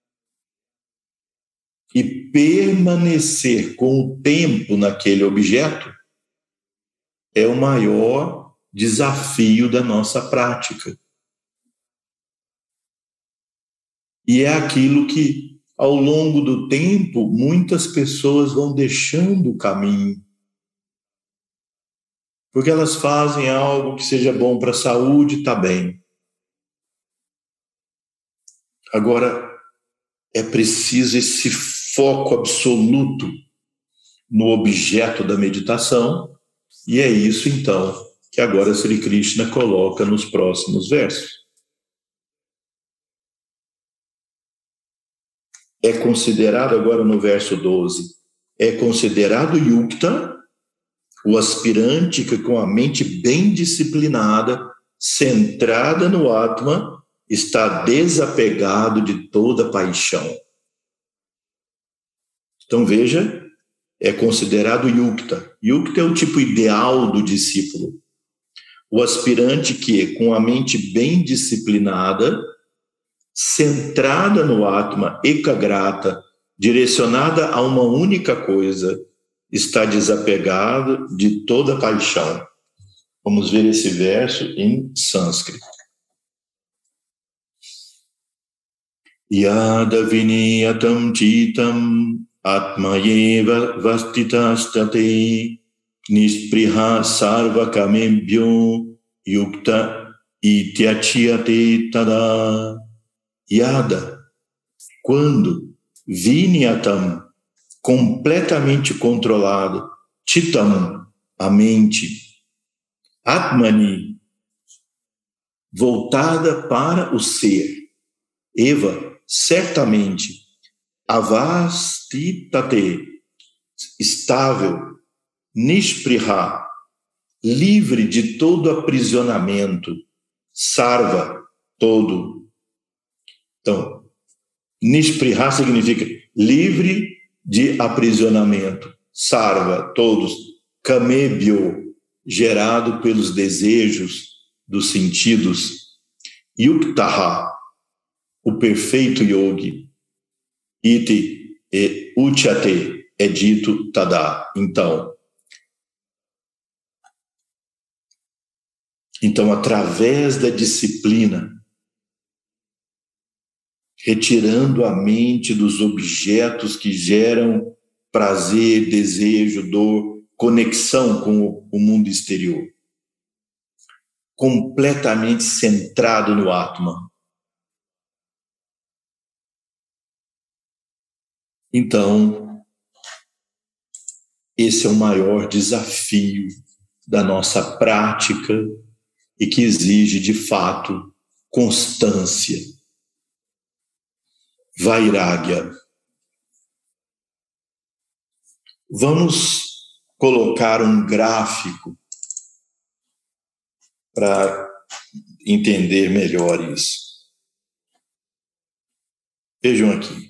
e permanecer com o tempo naquele objeto é o maior desafio da nossa prática. E é aquilo que, ao longo do tempo, muitas pessoas vão deixando o caminho. Porque elas fazem algo que seja bom para a saúde, está bem. Agora, é preciso esse foco absoluto no objeto da meditação, e é isso, então, que agora Sri Krishna coloca nos próximos versos. É considerado, agora no verso doze, é considerado yukta, o aspirante que com a mente bem disciplinada, centrada no Atma, está desapegado de toda paixão. Então veja, é considerado yukta. Yukta é o tipo ideal do discípulo. O aspirante que, com a mente bem disciplinada, centrada no Atma, ekagrata, direcionada a uma única coisa, está desapegado de toda paixão. Vamos ver esse verso em sânscrito. Yada viniyatam citam atmayeva vastitastate nispriha sarvakamebhyo yukta ityachiyate tada. Yada, quando vinyatam, completamente controlado, citam, a mente, atmani, voltada para o ser, eva, certamente, avastitate, estável, nispriha, livre de todo aprisionamento, sarva, todo. Então, nispriha significa livre de aprisionamento, sarva, todos, kamebhyo, gerado pelos desejos dos sentidos, yuktaha, o perfeito yogi, iti e uchyate, é dito tada. Então, então, através da disciplina, retirando a mente dos objetos que geram prazer, desejo, dor, conexão com o mundo exterior, completamente centrado no Atma. Então, esse é o maior desafio da nossa prática e que exige, de fato, constância. Vairagya. Vamos colocar um gráfico para entender melhor isso. Vejam aqui.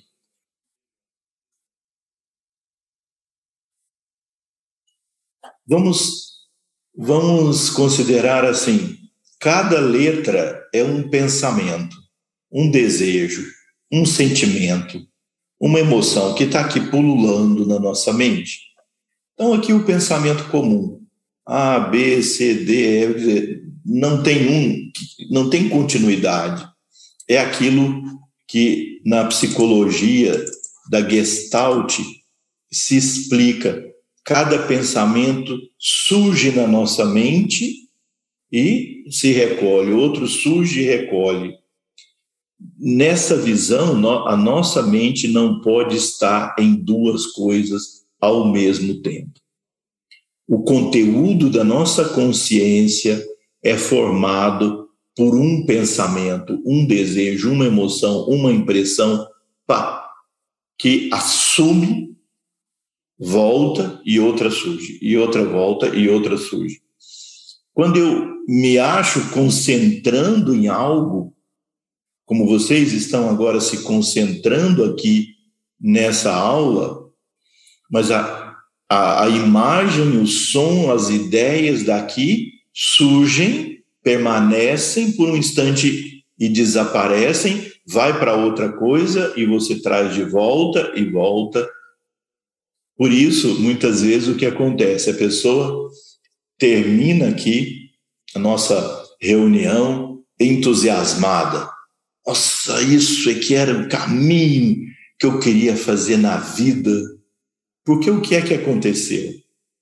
Vamos, vamos considerar assim, cada letra é um pensamento, um desejo, um sentimento, uma emoção que está aqui pululando na nossa mente. Então aqui o pensamento comum, A, B, C, D, E, não tem um, não tem continuidade. É aquilo que na psicologia da Gestalt se explica. Cada pensamento surge na nossa mente e se recolhe, outro surge e recolhe. Nessa visão, a nossa mente não pode estar em duas coisas ao mesmo tempo. O conteúdo da nossa consciência é formado por um pensamento, um desejo, uma emoção, uma impressão, pá, que assume, volta e outra surge, e outra volta e outra surge. Quando eu me acho concentrando em algo, como vocês estão agora se concentrando aqui nessa aula, mas a, a, a imagem, o som, as ideias daqui surgem, permanecem por um instante e desaparecem, vai para outra coisa e você traz de volta e volta. Por isso, muitas vezes o que acontece, a pessoa termina aqui a nossa reunião entusiasmada. Nossa, isso é que era o caminho que eu queria fazer na vida. Porque o que é que aconteceu?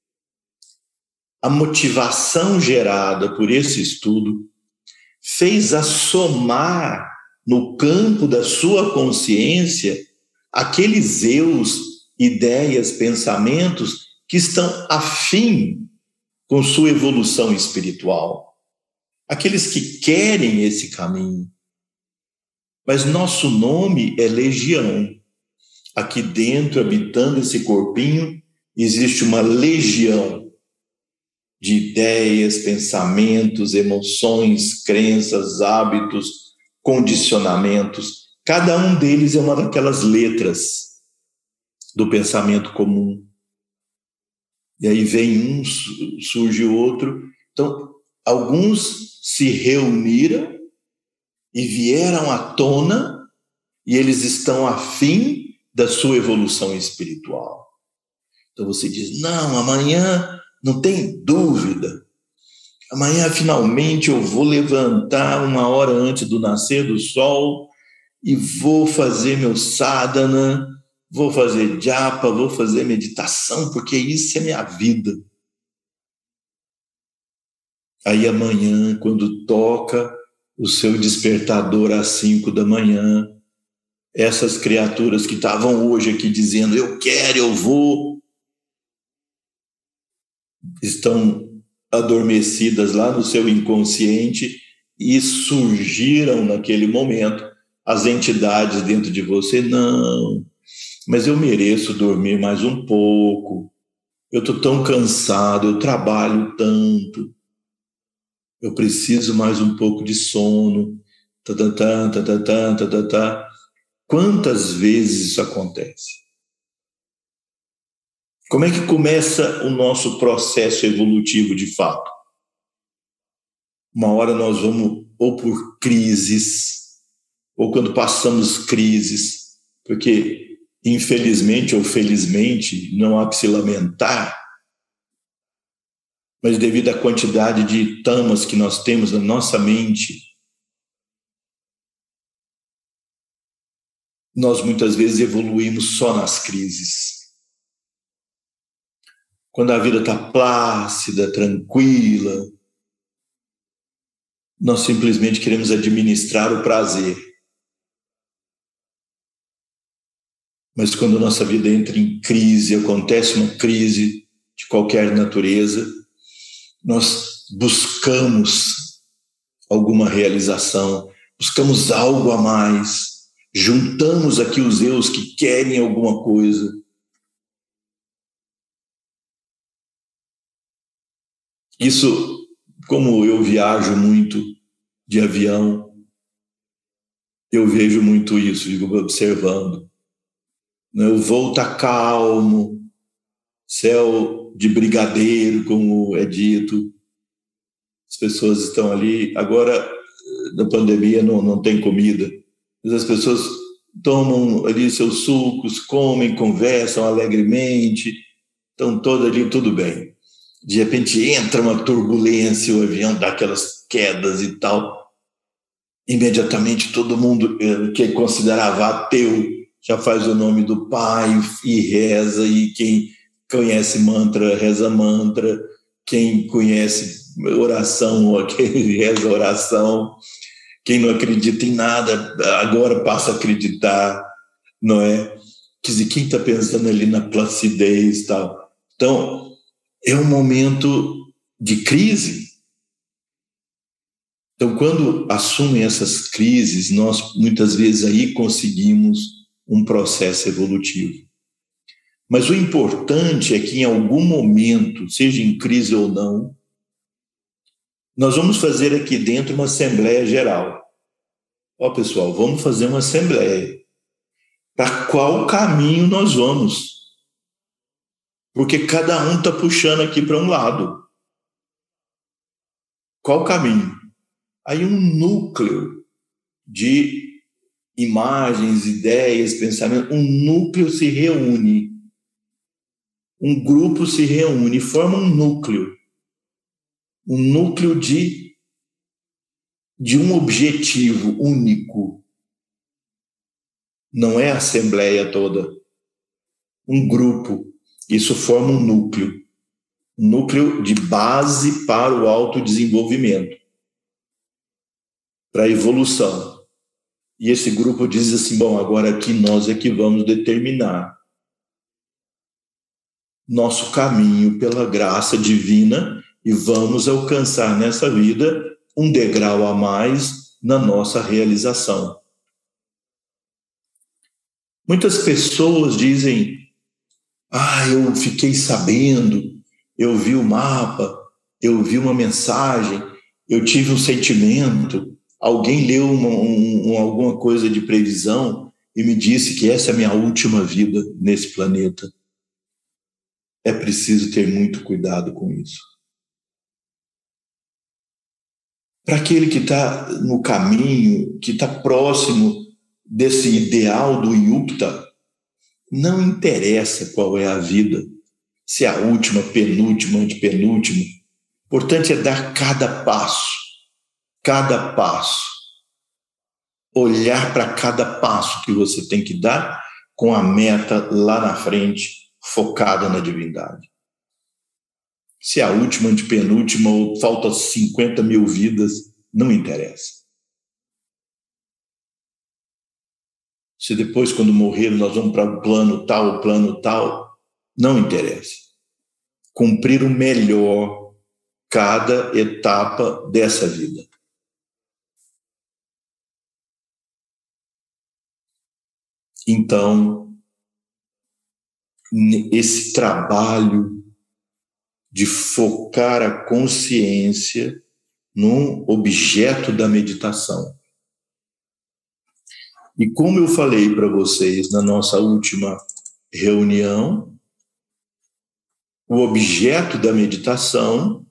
A motivação gerada por esse estudo fez assomar no campo da sua consciência aqueles eus, ideias, pensamentos que estão afim com sua evolução espiritual. Aqueles que querem esse caminho. Mas nosso nome é legião. Aqui dentro, habitando esse corpinho, existe uma legião de ideias, pensamentos, emoções, crenças, hábitos, condicionamentos. Cada um deles é uma daquelas letras do pensamento comum. E aí vem um, surge o outro. Então, alguns se reuniram e vieram à tona e eles estão afim da sua evolução espiritual. Então você diz, não, amanhã não tem dúvida. Amanhã, finalmente, eu vou levantar uma hora antes do nascer do sol e vou fazer meu sadhana, vou fazer japa, vou fazer meditação, porque isso é minha vida. Aí amanhã, quando toca o seu despertador às cinco da manhã, essas criaturas que estavam hoje aqui dizendo, eu quero, eu vou, estão adormecidas lá no seu inconsciente e surgiram naquele momento as entidades dentro de você, não, mas eu mereço dormir mais um pouco, eu estou tão cansado, eu trabalho tanto, eu preciso mais um pouco de sono, tá, tá, tá, tá, tá, tá, tá, tá, tá. Quantas vezes isso acontece? Como é que começa o nosso processo evolutivo de fato? Uma hora nós vamos ou por crises, ou quando passamos crises, porque infelizmente ou felizmente não há que se lamentar, mas devido à quantidade de tamas que nós temos na nossa mente, nós muitas vezes evoluímos só nas crises. Quando a vida está plácida, tranquila, nós simplesmente queremos administrar o prazer. Mas quando a nossa vida entra em crise, acontece uma crise de qualquer natureza, nós buscamos alguma realização, buscamos algo a mais, juntamos aqui os eus que querem alguma coisa. Isso, como eu viajo muito de avião, eu vejo muito isso, fico observando. O voo está calmo, céu de brigadeiro, como é dito. As pessoas estão ali. Agora, na pandemia, não, não tem comida, mas as pessoas tomam ali seus sucos, comem, conversam alegremente, estão todas ali, tudo bem. De repente entra uma turbulência, o avião dá aquelas quedas e tal. Imediatamente todo mundo que considerava ateu já faz o nome do Pai e reza, e quem conhece mantra, reza mantra, quem conhece oração, aquele reza oração, quem não acredita em nada, agora passa a acreditar, não é? Quer dizer, quem está pensando ali na placidez e tal. Então, é um momento de crise. Então, quando assumem essas crises, nós muitas vezes aí conseguimos um processo evolutivo. Mas o importante é que em algum momento, seja em crise ou não, nós vamos fazer aqui dentro uma assembleia geral. Ó, pessoal, vamos fazer uma assembleia. Para qual caminho nós vamos? Porque cada um está puxando aqui para um lado. Qual caminho? Aí um núcleo de imagens, ideias, pensamentos, um núcleo se reúne. Um grupo se reúne, forma um núcleo. Um núcleo de, de um objetivo único. Não é a assembleia toda. Um grupo. Isso forma um núcleo. Um núcleo de base para o autodesenvolvimento. Para a evolução. E esse grupo diz assim, bom, agora aqui nós é que vamos determinar nosso caminho pela graça divina e vamos alcançar nessa vida um degrau a mais na nossa realização. Muitas pessoas dizem, ah, eu fiquei sabendo, eu vi o mapa, eu vi uma mensagem, eu tive um sentimento, alguém leu uma, um, alguma coisa de previsão e me disse que essa é a minha última vida nesse planeta. É preciso ter muito cuidado com isso. Para aquele que está no caminho, que está próximo desse ideal do yukta, não interessa qual é a vida, se é a última, penúltima, antepenúltima. O importante é dar cada passo, cada passo. Olhar para cada passo que você tem que dar com a meta lá na frente, focada na divindade. Se é a última, antepenúltima, ou falta cinquenta mil vidas, não interessa. Se depois, quando morrer, nós vamos para o plano tal, o plano tal, não interessa. Cumprir o melhor cada etapa dessa vida. Então, esse trabalho de focar a consciência num objeto da meditação. E como eu falei para vocês na nossa última reunião, o objeto da meditação,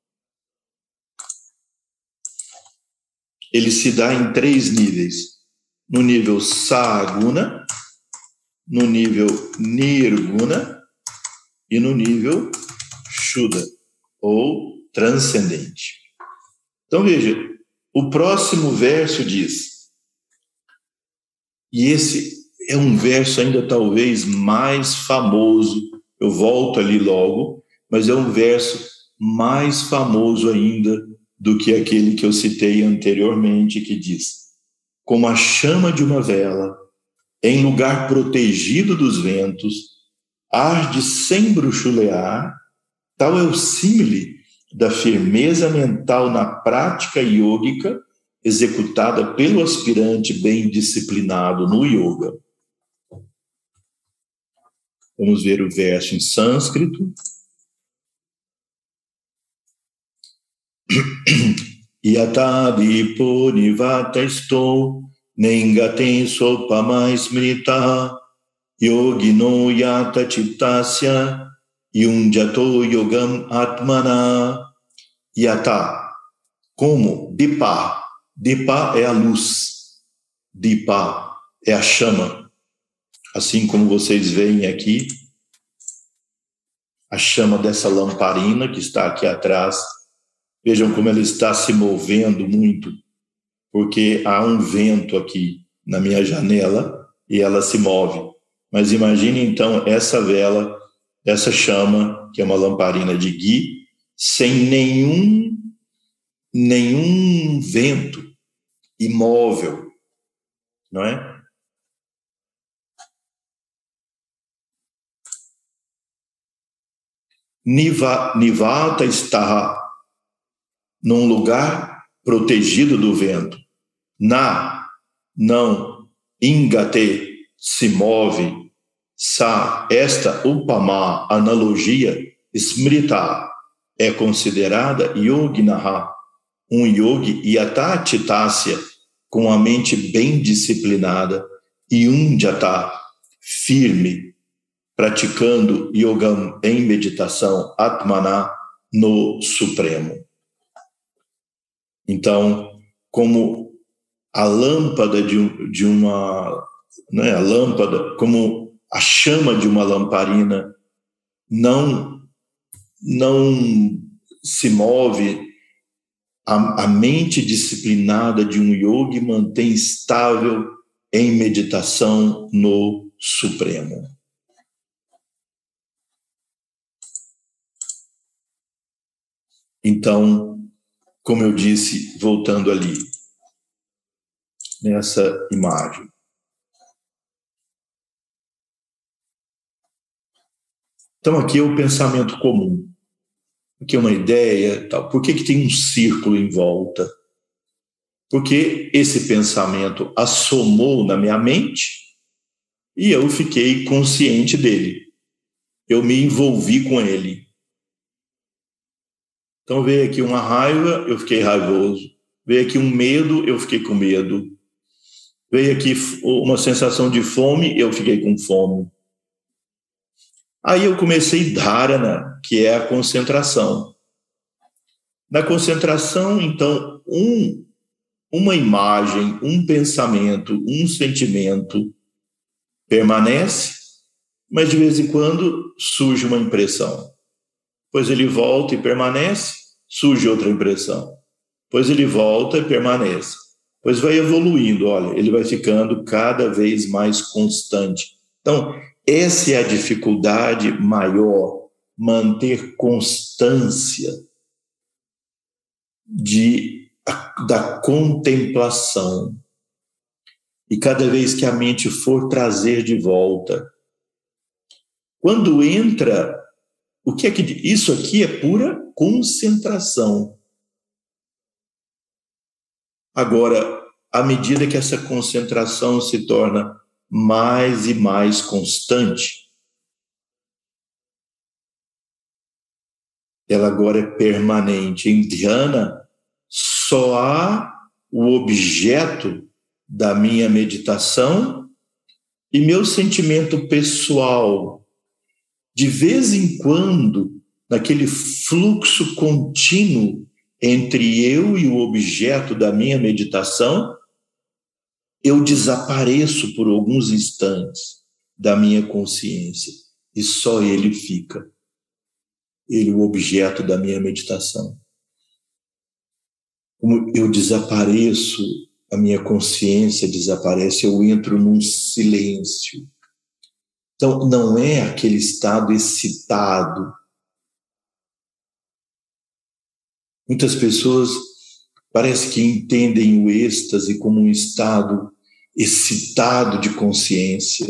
ele se dá em três níveis. No nível saguna, no nível nirguna e no nível shuddha, ou transcendente. Então veja, o próximo verso diz, e esse é um verso ainda talvez mais famoso, eu volto ali logo, mas é um verso mais famoso ainda do que aquele que eu citei anteriormente, que diz, como a chama de uma vela, em lugar protegido dos ventos, arde sem bruxulear, tal é o símile da firmeza mental na prática yógica executada pelo aspirante bem disciplinado no yoga. Vamos ver o verso em sânscrito. Yata dipo nivatasto nengaten sopama smrita yogino yata chittasya yunjato yogam atmana. Yata, como dipa. Dipa é a luz. Dipa é a chama. Assim como vocês veem aqui, a chama dessa lamparina que está aqui atrás. Vejam como ela está se movendo muito, porque há um vento aqui na minha janela e ela se move. Mas imagine então essa vela, essa chama, que é uma lamparina de ghee, sem nenhum, nenhum vento, imóvel, não é? Niva, nivata está num lugar protegido do vento. Na, não, ingate, se move. Sa, esta upama, analogia, smrita, é considerada yoginaha, um yogi yata chittasya, com a mente bem disciplinada, e um jata, firme, praticando yogam em meditação, atmana, no Supremo. Então, como a lâmpada de, de uma, né, a lâmpada, como a chama de uma lamparina não, não se move, a, a mente disciplinada de um yogi mantém estável em meditação no Supremo. Então, como eu disse, voltando ali, nessa imagem. Então, aqui é o pensamento comum. Aqui é uma ideia, tal. Por que que tem um círculo em volta? Porque esse pensamento assomou na minha mente e eu fiquei consciente dele. Eu me envolvi com ele. Então, veio aqui uma raiva, eu fiquei raivoso. Veio aqui um medo, eu fiquei com medo. Veio aqui uma sensação de fome, eu fiquei com fome. Aí eu comecei dharana, que é a concentração. Na concentração, então, um, uma imagem, um pensamento, um sentimento permanece, mas de vez em quando surge uma impressão. Pois ele volta e permanece, surge outra impressão. Pois ele volta e permanece. Pois vai evoluindo, olha, ele vai ficando cada vez mais constante. Então, essa é a dificuldade maior, manter constância de, da contemplação. E cada vez que a mente for trazer de volta, quando entra, o que é que isso aqui é pura concentração. Agora, à medida que essa concentração se torna mais e mais constante, ela agora é permanente. Em dhyana, só há o objeto da minha meditação e meu sentimento pessoal. De vez em quando, naquele fluxo contínuo entre eu e o objeto da minha meditação, eu desapareço por alguns instantes da minha consciência e só ele fica. Ele, o objeto da minha meditação. Como eu desapareço, a minha consciência desaparece, eu entro num silêncio. Então, não é aquele estado excitado. Muitas pessoas parece que entendem o êxtase como um estado excitado de consciência,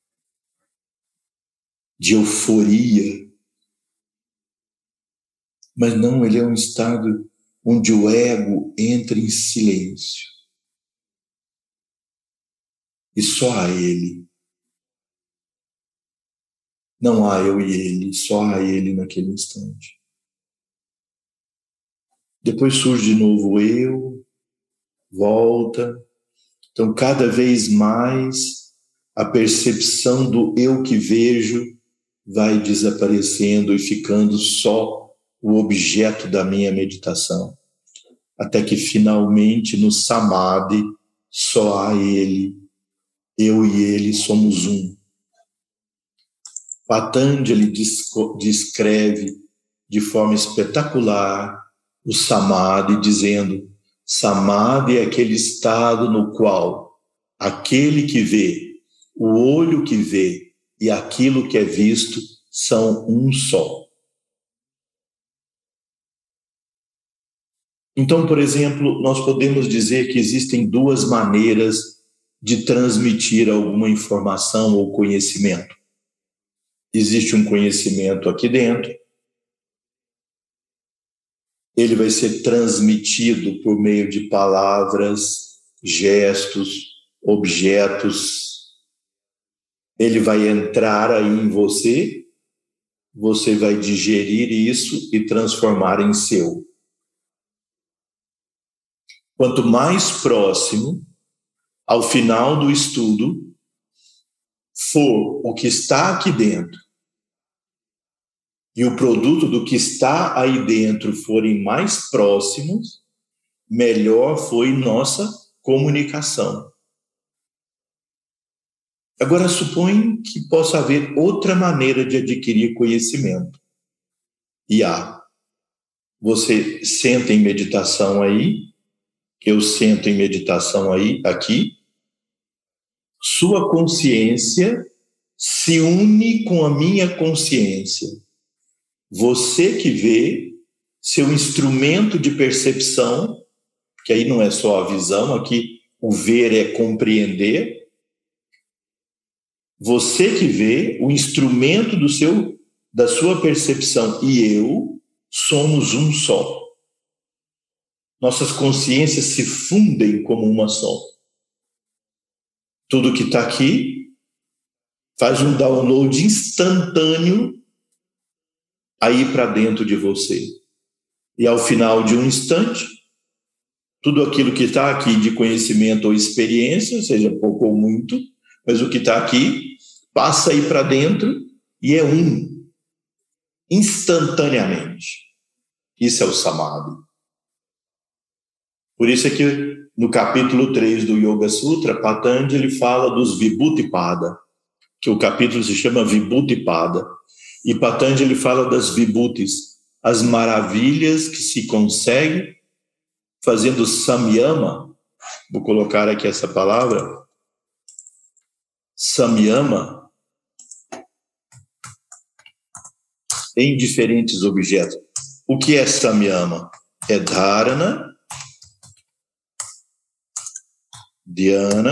de euforia. Mas não, ele é um estado onde o ego entra em silêncio. E só há ele. Não há eu e ele, só há ele naquele instante. Depois surge de novo o eu, volta. Então, cada vez mais, a percepção do eu que vejo vai desaparecendo e ficando só o objeto da minha meditação. Até que, finalmente, no Samadhi, só há ele. Eu e ele somos um. Patanjali descreve de forma espetacular o Samadhi, dizendo: Samadhi é aquele estado no qual aquele que vê, o olho que vê e aquilo que é visto são um só. Então, por exemplo, nós podemos dizer que existem duas maneiras de transmitir alguma informação ou conhecimento. Existe um conhecimento aqui dentro, ele vai ser transmitido por meio de palavras, gestos, objetos. Ele vai entrar aí em você, você vai digerir isso e transformar em seu. Quanto mais próximo, ao final do estudo, for o que está aqui dentro, e o produto do que está aí dentro forem mais próximos, melhor foi nossa comunicação. Agora, supõe que possa haver outra maneira de adquirir conhecimento. E há. Você senta em meditação aí, eu sento em meditação aí, aqui. Sua consciência se une com a minha consciência. Você que vê, seu instrumento de percepção, que aí não é só a visão, aqui o ver é compreender. Você que vê, o instrumento do seu, da sua percepção e eu somos um só. Nossas consciências se fundem como uma só. Tudo que está aqui faz um download instantâneo aí para dentro de você. E ao final de um instante, tudo aquilo que está aqui de conhecimento ou experiência, seja pouco ou muito, mas o que está aqui passa aí para dentro e é um, instantaneamente. Isso é o Samadhi. Por isso é que no capítulo três do Yoga Sutra, Patanjali fala dos Vibhuti-pada, que o capítulo se chama Vibhuti-pada. E Patanjali fala das Vibhutis, as maravilhas que se conseguem fazendo samyama. Vou colocar aqui essa palavra. Samyama em diferentes objetos. O que é samyama? É dharana, dhyana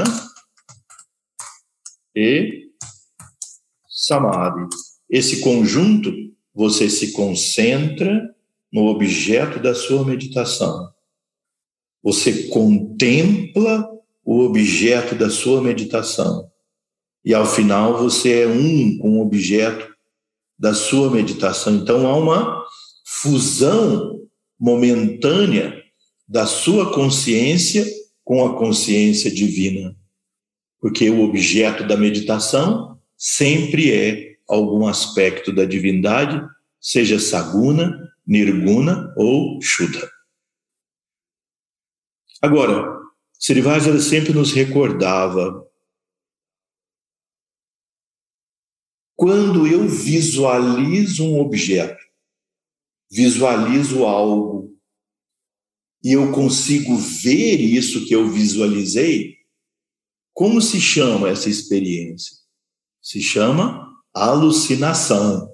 e samadhi. Esse conjunto, você se concentra no objeto da sua meditação. Você contempla o objeto da sua meditação. E ao final você é um com o objeto da sua meditação. Então há uma fusão momentânea da sua consciência com a consciência divina. Porque o objeto da meditação sempre é algum aspecto da divindade, seja Saguna, Nirguna ou Shuddha. Agora, Srivajra sempre nos recordava: quando eu visualizo um objeto, visualizo algo, e eu consigo ver isso que eu visualizei, como se chama essa experiência? Se chama alucinação.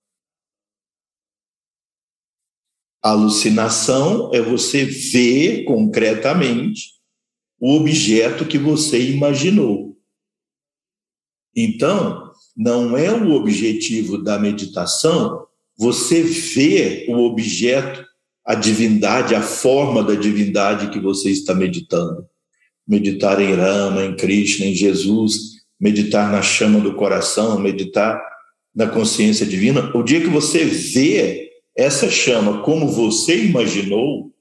Alucinação é você ver concretamente o objeto que você imaginou. Então, não é o objetivo da meditação você vê o objeto, a divindade, a forma da divindade que você está meditando. Meditar em Rama, em Krishna, em Jesus, meditar na chama do coração, meditar na consciência divina. O dia que você vê essa chama como você imaginou,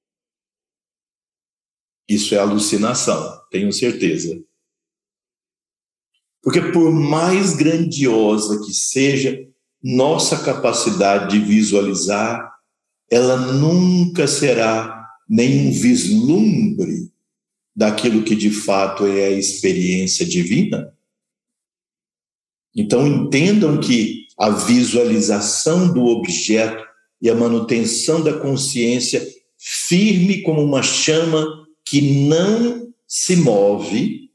isso é alucinação, tenho certeza. Porque por mais grandiosa que seja nossa capacidade de visualizar, ela nunca será nenhum vislumbre daquilo que de fato é a experiência divina. Então entendam que a visualização do objeto e a manutenção da consciência firme como uma chama que não se move,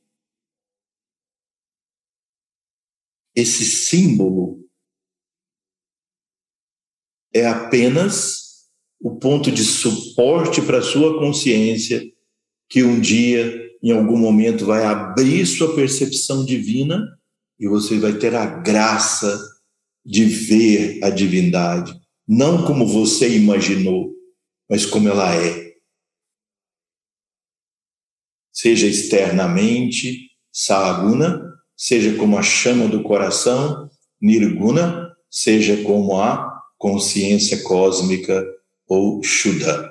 esse símbolo é apenas o ponto de suporte para a sua consciência, que um dia, em algum momento, vai abrir sua percepção divina e você vai ter a graça de ver a divindade, não como você imaginou, mas como ela é. Seja externamente, Saguna, seja como a chama do coração, Nirguna, seja como a consciência cósmica ou Shuddha.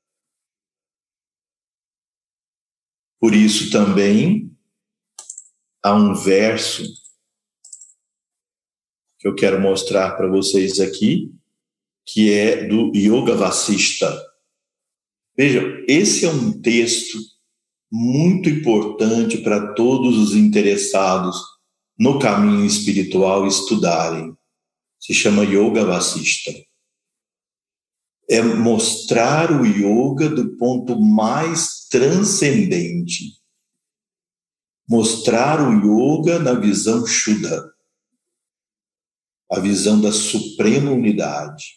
Por isso também há um verso que eu quero mostrar para vocês aqui, que é do Yoga Vasista. Vejam, esse é um texto muito importante para todos os interessados no caminho espiritual estudarem. Se chama Yoga Vasista. É mostrar o yoga do ponto mais transcendente. Mostrar o yoga na visão Shuddha, a visão da suprema unidade.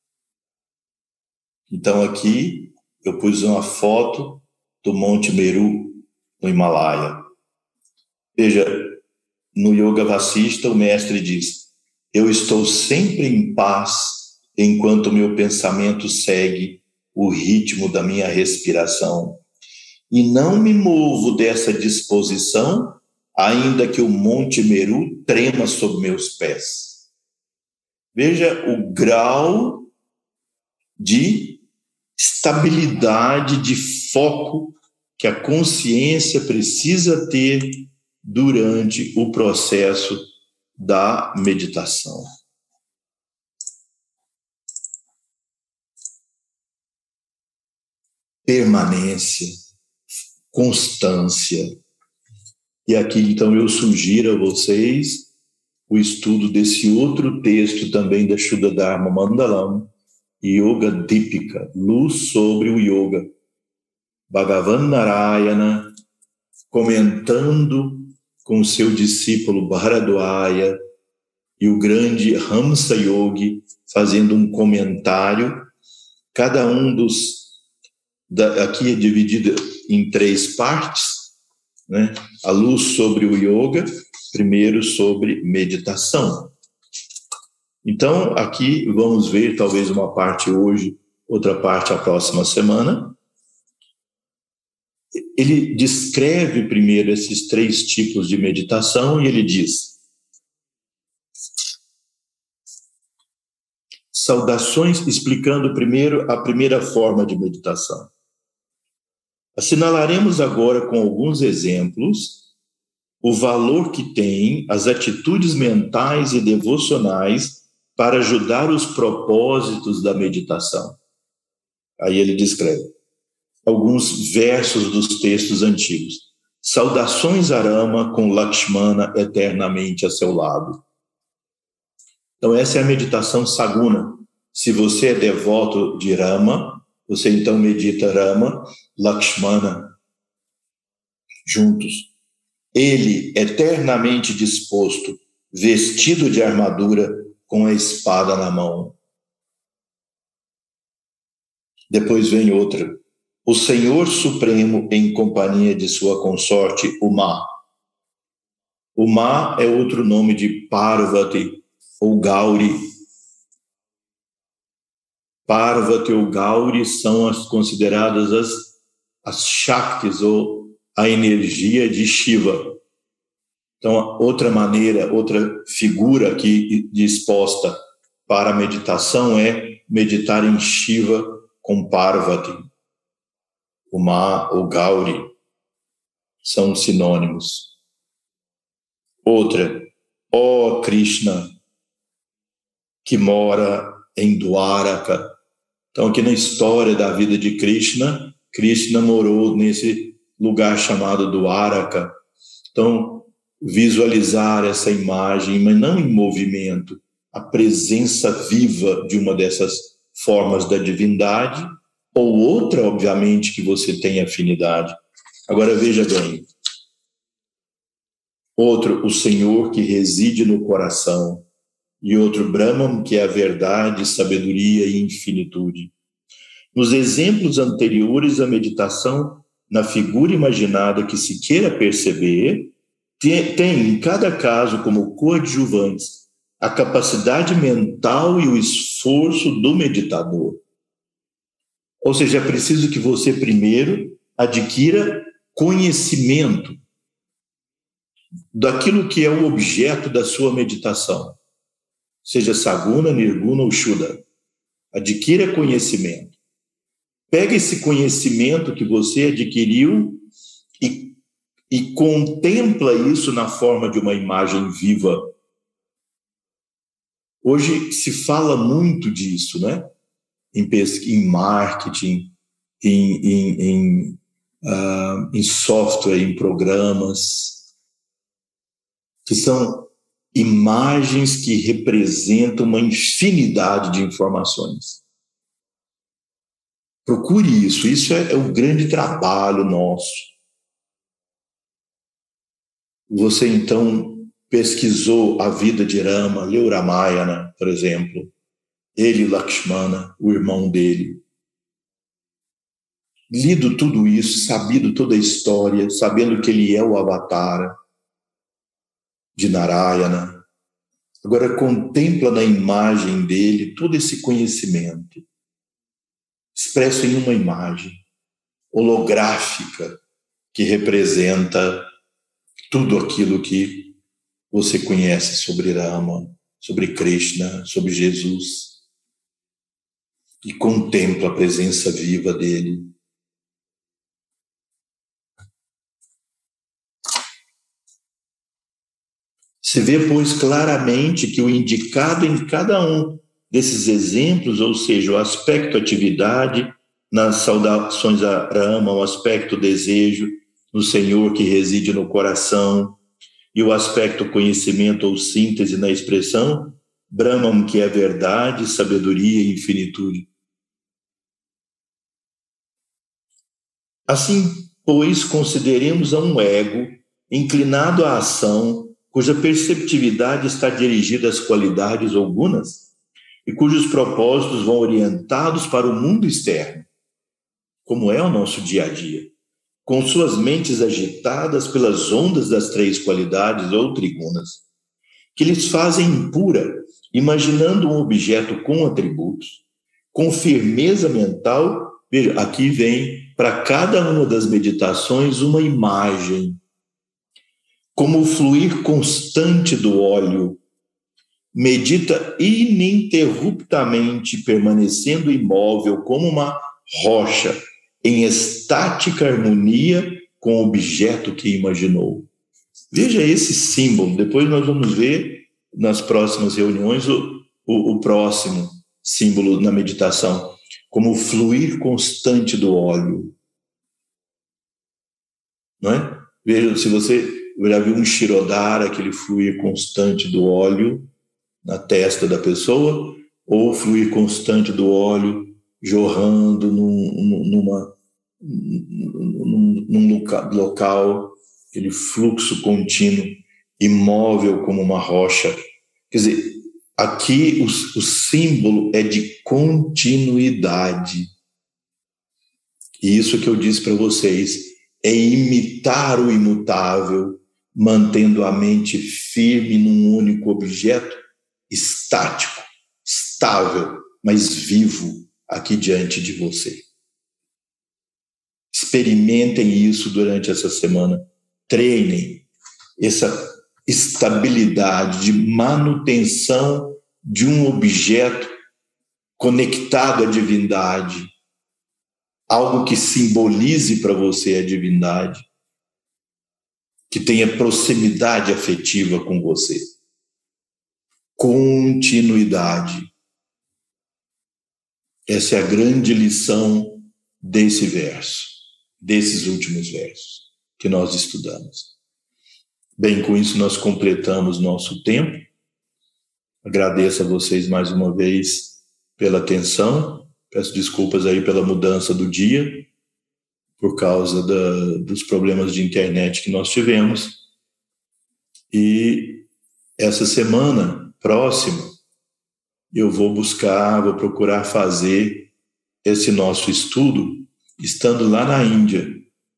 Então aqui eu pus uma foto do Monte Meru, no Himalaia. Veja, no Yoga Vasista o mestre diz: eu estou sempre em paz enquanto meu pensamento segue o ritmo da minha respiração. E não me movo dessa disposição, ainda que o Monte Meru trema sob meus pés. Veja o grau de estabilidade, de foco que a consciência precisa ter durante o processo da meditação. Permanência, constância. E aqui, então, eu sugiro a vocês o estudo desse outro texto também da Shuddha Dharma Mandalam, Yoga Dipika, Luz sobre o Yoga. Bhagavan Narayana comentando com seu discípulo Bharadwaya e o grande Hamsa Yogi fazendo um comentário. Cada um dos Da, aqui é dividido em três partes, né? A luz sobre o yoga, primeiro sobre meditação. Então, aqui vamos ver talvez uma parte hoje, outra parte a próxima semana. Ele descreve primeiro esses três tipos de meditação e ele diz: saudações, explicando primeiro a primeira forma de meditação. Assinalaremos agora com alguns exemplos o valor que têm as atitudes mentais e devocionais para ajudar os propósitos da meditação. Aí ele descreve alguns versos dos textos antigos. Saudações a Rama com Lakshmana eternamente a seu lado. Então essa é a meditação Saguna. Se você é devoto de Rama, você então medita Rama, Lakshmana, juntos. Ele, eternamente disposto, vestido de armadura, com a espada na mão. Depois vem outra. O Senhor Supremo em companhia de sua consorte, Uma. Uma é outro nome de Parvati ou Gauri. Parvati ou Gauri são as consideradas as, as Shaktis, ou a energia de Shiva. Então, outra maneira, outra figura aqui disposta para a meditação é meditar em Shiva com Parvati. Uma ou Gauri são sinônimos. Outra, ó Krishna, que mora em Dwaraka. Então, aqui na história da vida de Krishna, Krishna morou nesse lugar chamado Dwaraka. Então, visualizar essa imagem, mas não em movimento, a presença viva de uma dessas formas da divindade, ou outra, obviamente, que você tem afinidade. Agora, veja bem. Outro, o Senhor que reside no coração. E outro, Brahman, que é a verdade, sabedoria e infinitude. Nos exemplos anteriores, a meditação, na figura imaginada que se queira perceber, tem, tem em cada caso como coadjuvantes a capacidade mental e o esforço do meditador. Ou seja, é preciso que você primeiro adquira conhecimento daquilo que é o objeto da sua meditação, seja Saguna, Nirguna ou Shuddha. Adquira conhecimento. Pega esse conhecimento que você adquiriu e, e contempla isso na forma de uma imagem viva. Hoje se fala muito disso, né? Em, pesquisa, em marketing, em, em, em, uh, em software, em programas, que são imagens que representam uma infinidade de informações. Procure isso, isso é, é um grande trabalho nosso. Você, então, pesquisou a vida de Rama, leu Ramayana, por exemplo, ele e Lakshmana, o irmão dele. Lido tudo isso, sabido toda a história, sabendo que ele é o Avatara de Narayana. Agora contempla na imagem dele todo esse conhecimento, expresso em uma imagem holográfica que representa tudo aquilo que você conhece sobre Rama, sobre Krishna, sobre Jesus, e contempla a presença viva dele. Se vê, pois, claramente que o indicado em cada um desses exemplos, ou seja, o aspecto atividade nas saudações a Rama, o aspecto desejo no Senhor que reside no coração, e o aspecto conhecimento ou síntese na expressão Brahman, que é verdade, sabedoria e infinitude. Assim, pois, consideremos a um ego inclinado à ação, cuja perceptividade está dirigida às qualidades ou gunas, e cujos propósitos vão orientados para o mundo externo, como é o nosso dia a dia, com suas mentes agitadas pelas ondas das três qualidades ou trigunas, que lhes fazem impura, imaginando um objeto com atributos, com firmeza mental. Veja, aqui vem para cada uma das meditações uma imagem, como o fluir constante do óleo, medita ininterruptamente, permanecendo imóvel como uma rocha, em estática harmonia com o objeto que imaginou. Veja esse símbolo, depois nós vamos ver nas próximas reuniões o, o, o próximo símbolo na meditação, como o fluir constante do óleo. Não é? Veja, se você já viu um Shirodhara, aquele fluir constante do óleo na testa da pessoa, ou o fluir constante do óleo jorrando num, numa, num, num local, aquele fluxo contínuo, imóvel como uma rocha. Quer dizer, aqui o, o símbolo é de continuidade. E isso que eu disse para vocês é imitar o imutável, mantendo a mente firme num único objeto, estático, estável, mas vivo, aqui diante de você. Experimentem isso durante essa semana. Treinem essa estabilidade de manutenção de um objeto conectado à divindade, algo que simbolize para você a divindade, que tenha proximidade afetiva com você. Continuidade. Essa é a grande lição desse verso, desses últimos versos que nós estudamos. Bem, com isso nós completamos nosso tempo. Agradeço a vocês mais uma vez pela atenção. Peço desculpas aí pela mudança do dia, por causa da, dos problemas de internet que nós tivemos. E essa semana próxima eu vou buscar, vou procurar fazer esse nosso estudo estando lá na Índia.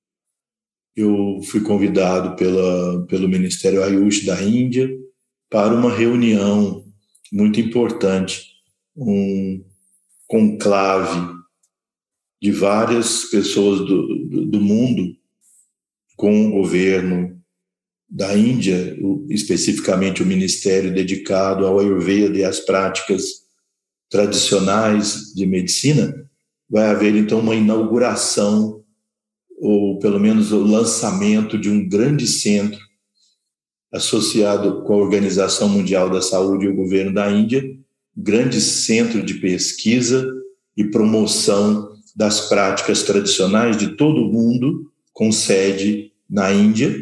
Eu fui convidado pela, pelo Ministério Ayush da Índia para uma reunião muito importante, um conclave de várias pessoas do, do, do mundo com o governo da Índia, especificamente o ministério dedicado ao Ayurveda e às práticas tradicionais de medicina. Vai haver, então, uma inauguração, ou pelo menos o lançamento de um grande centro associado com a Organização Mundial da Saúde e o governo da Índia, grande centro de pesquisa e promoção das práticas tradicionais de todo o mundo, com sede na Índia.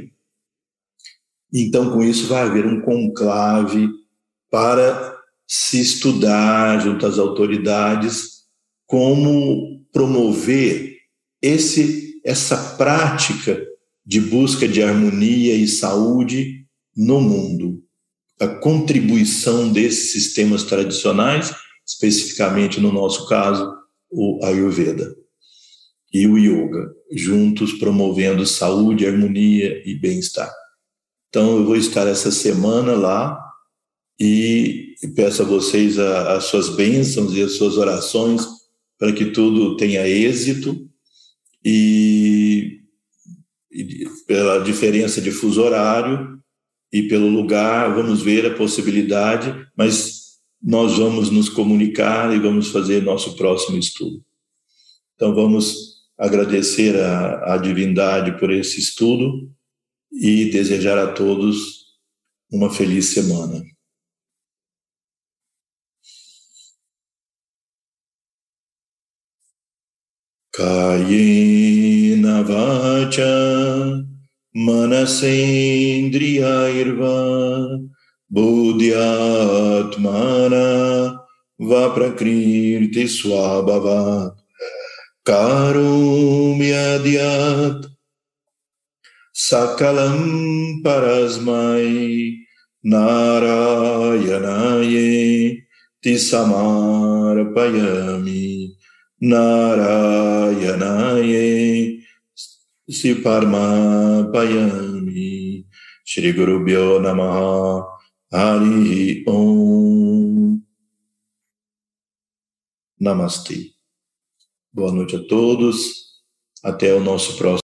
Então, com isso, vai haver um conclave para se estudar junto às autoridades como promover esse, essa prática de busca de harmonia e saúde no mundo. A contribuição desses sistemas tradicionais, especificamente no nosso caso, o Ayurveda e o Yoga, juntos promovendo saúde, harmonia e bem-estar. Então, eu vou estar essa semana lá e peço a vocês a, as suas bênçãos e as suas orações para que tudo tenha êxito e, e pela diferença de fuso horário e pelo lugar, vamos ver a possibilidade, mas nós vamos nos comunicar e vamos fazer nosso próximo estudo. Então, vamos agradecer a, a divindade por esse estudo e desejar a todos uma feliz semana. Kayena vacha manasendriyairva buddhyatmana va prakriti swabhavat karumyadyat sakalam parasmai narayanaye tisamarpayami narayanaye siparmapayami. Shri Gurubhyo Namaha. Hari Om. Namastê. Boa noite a todos. Até o nosso próximo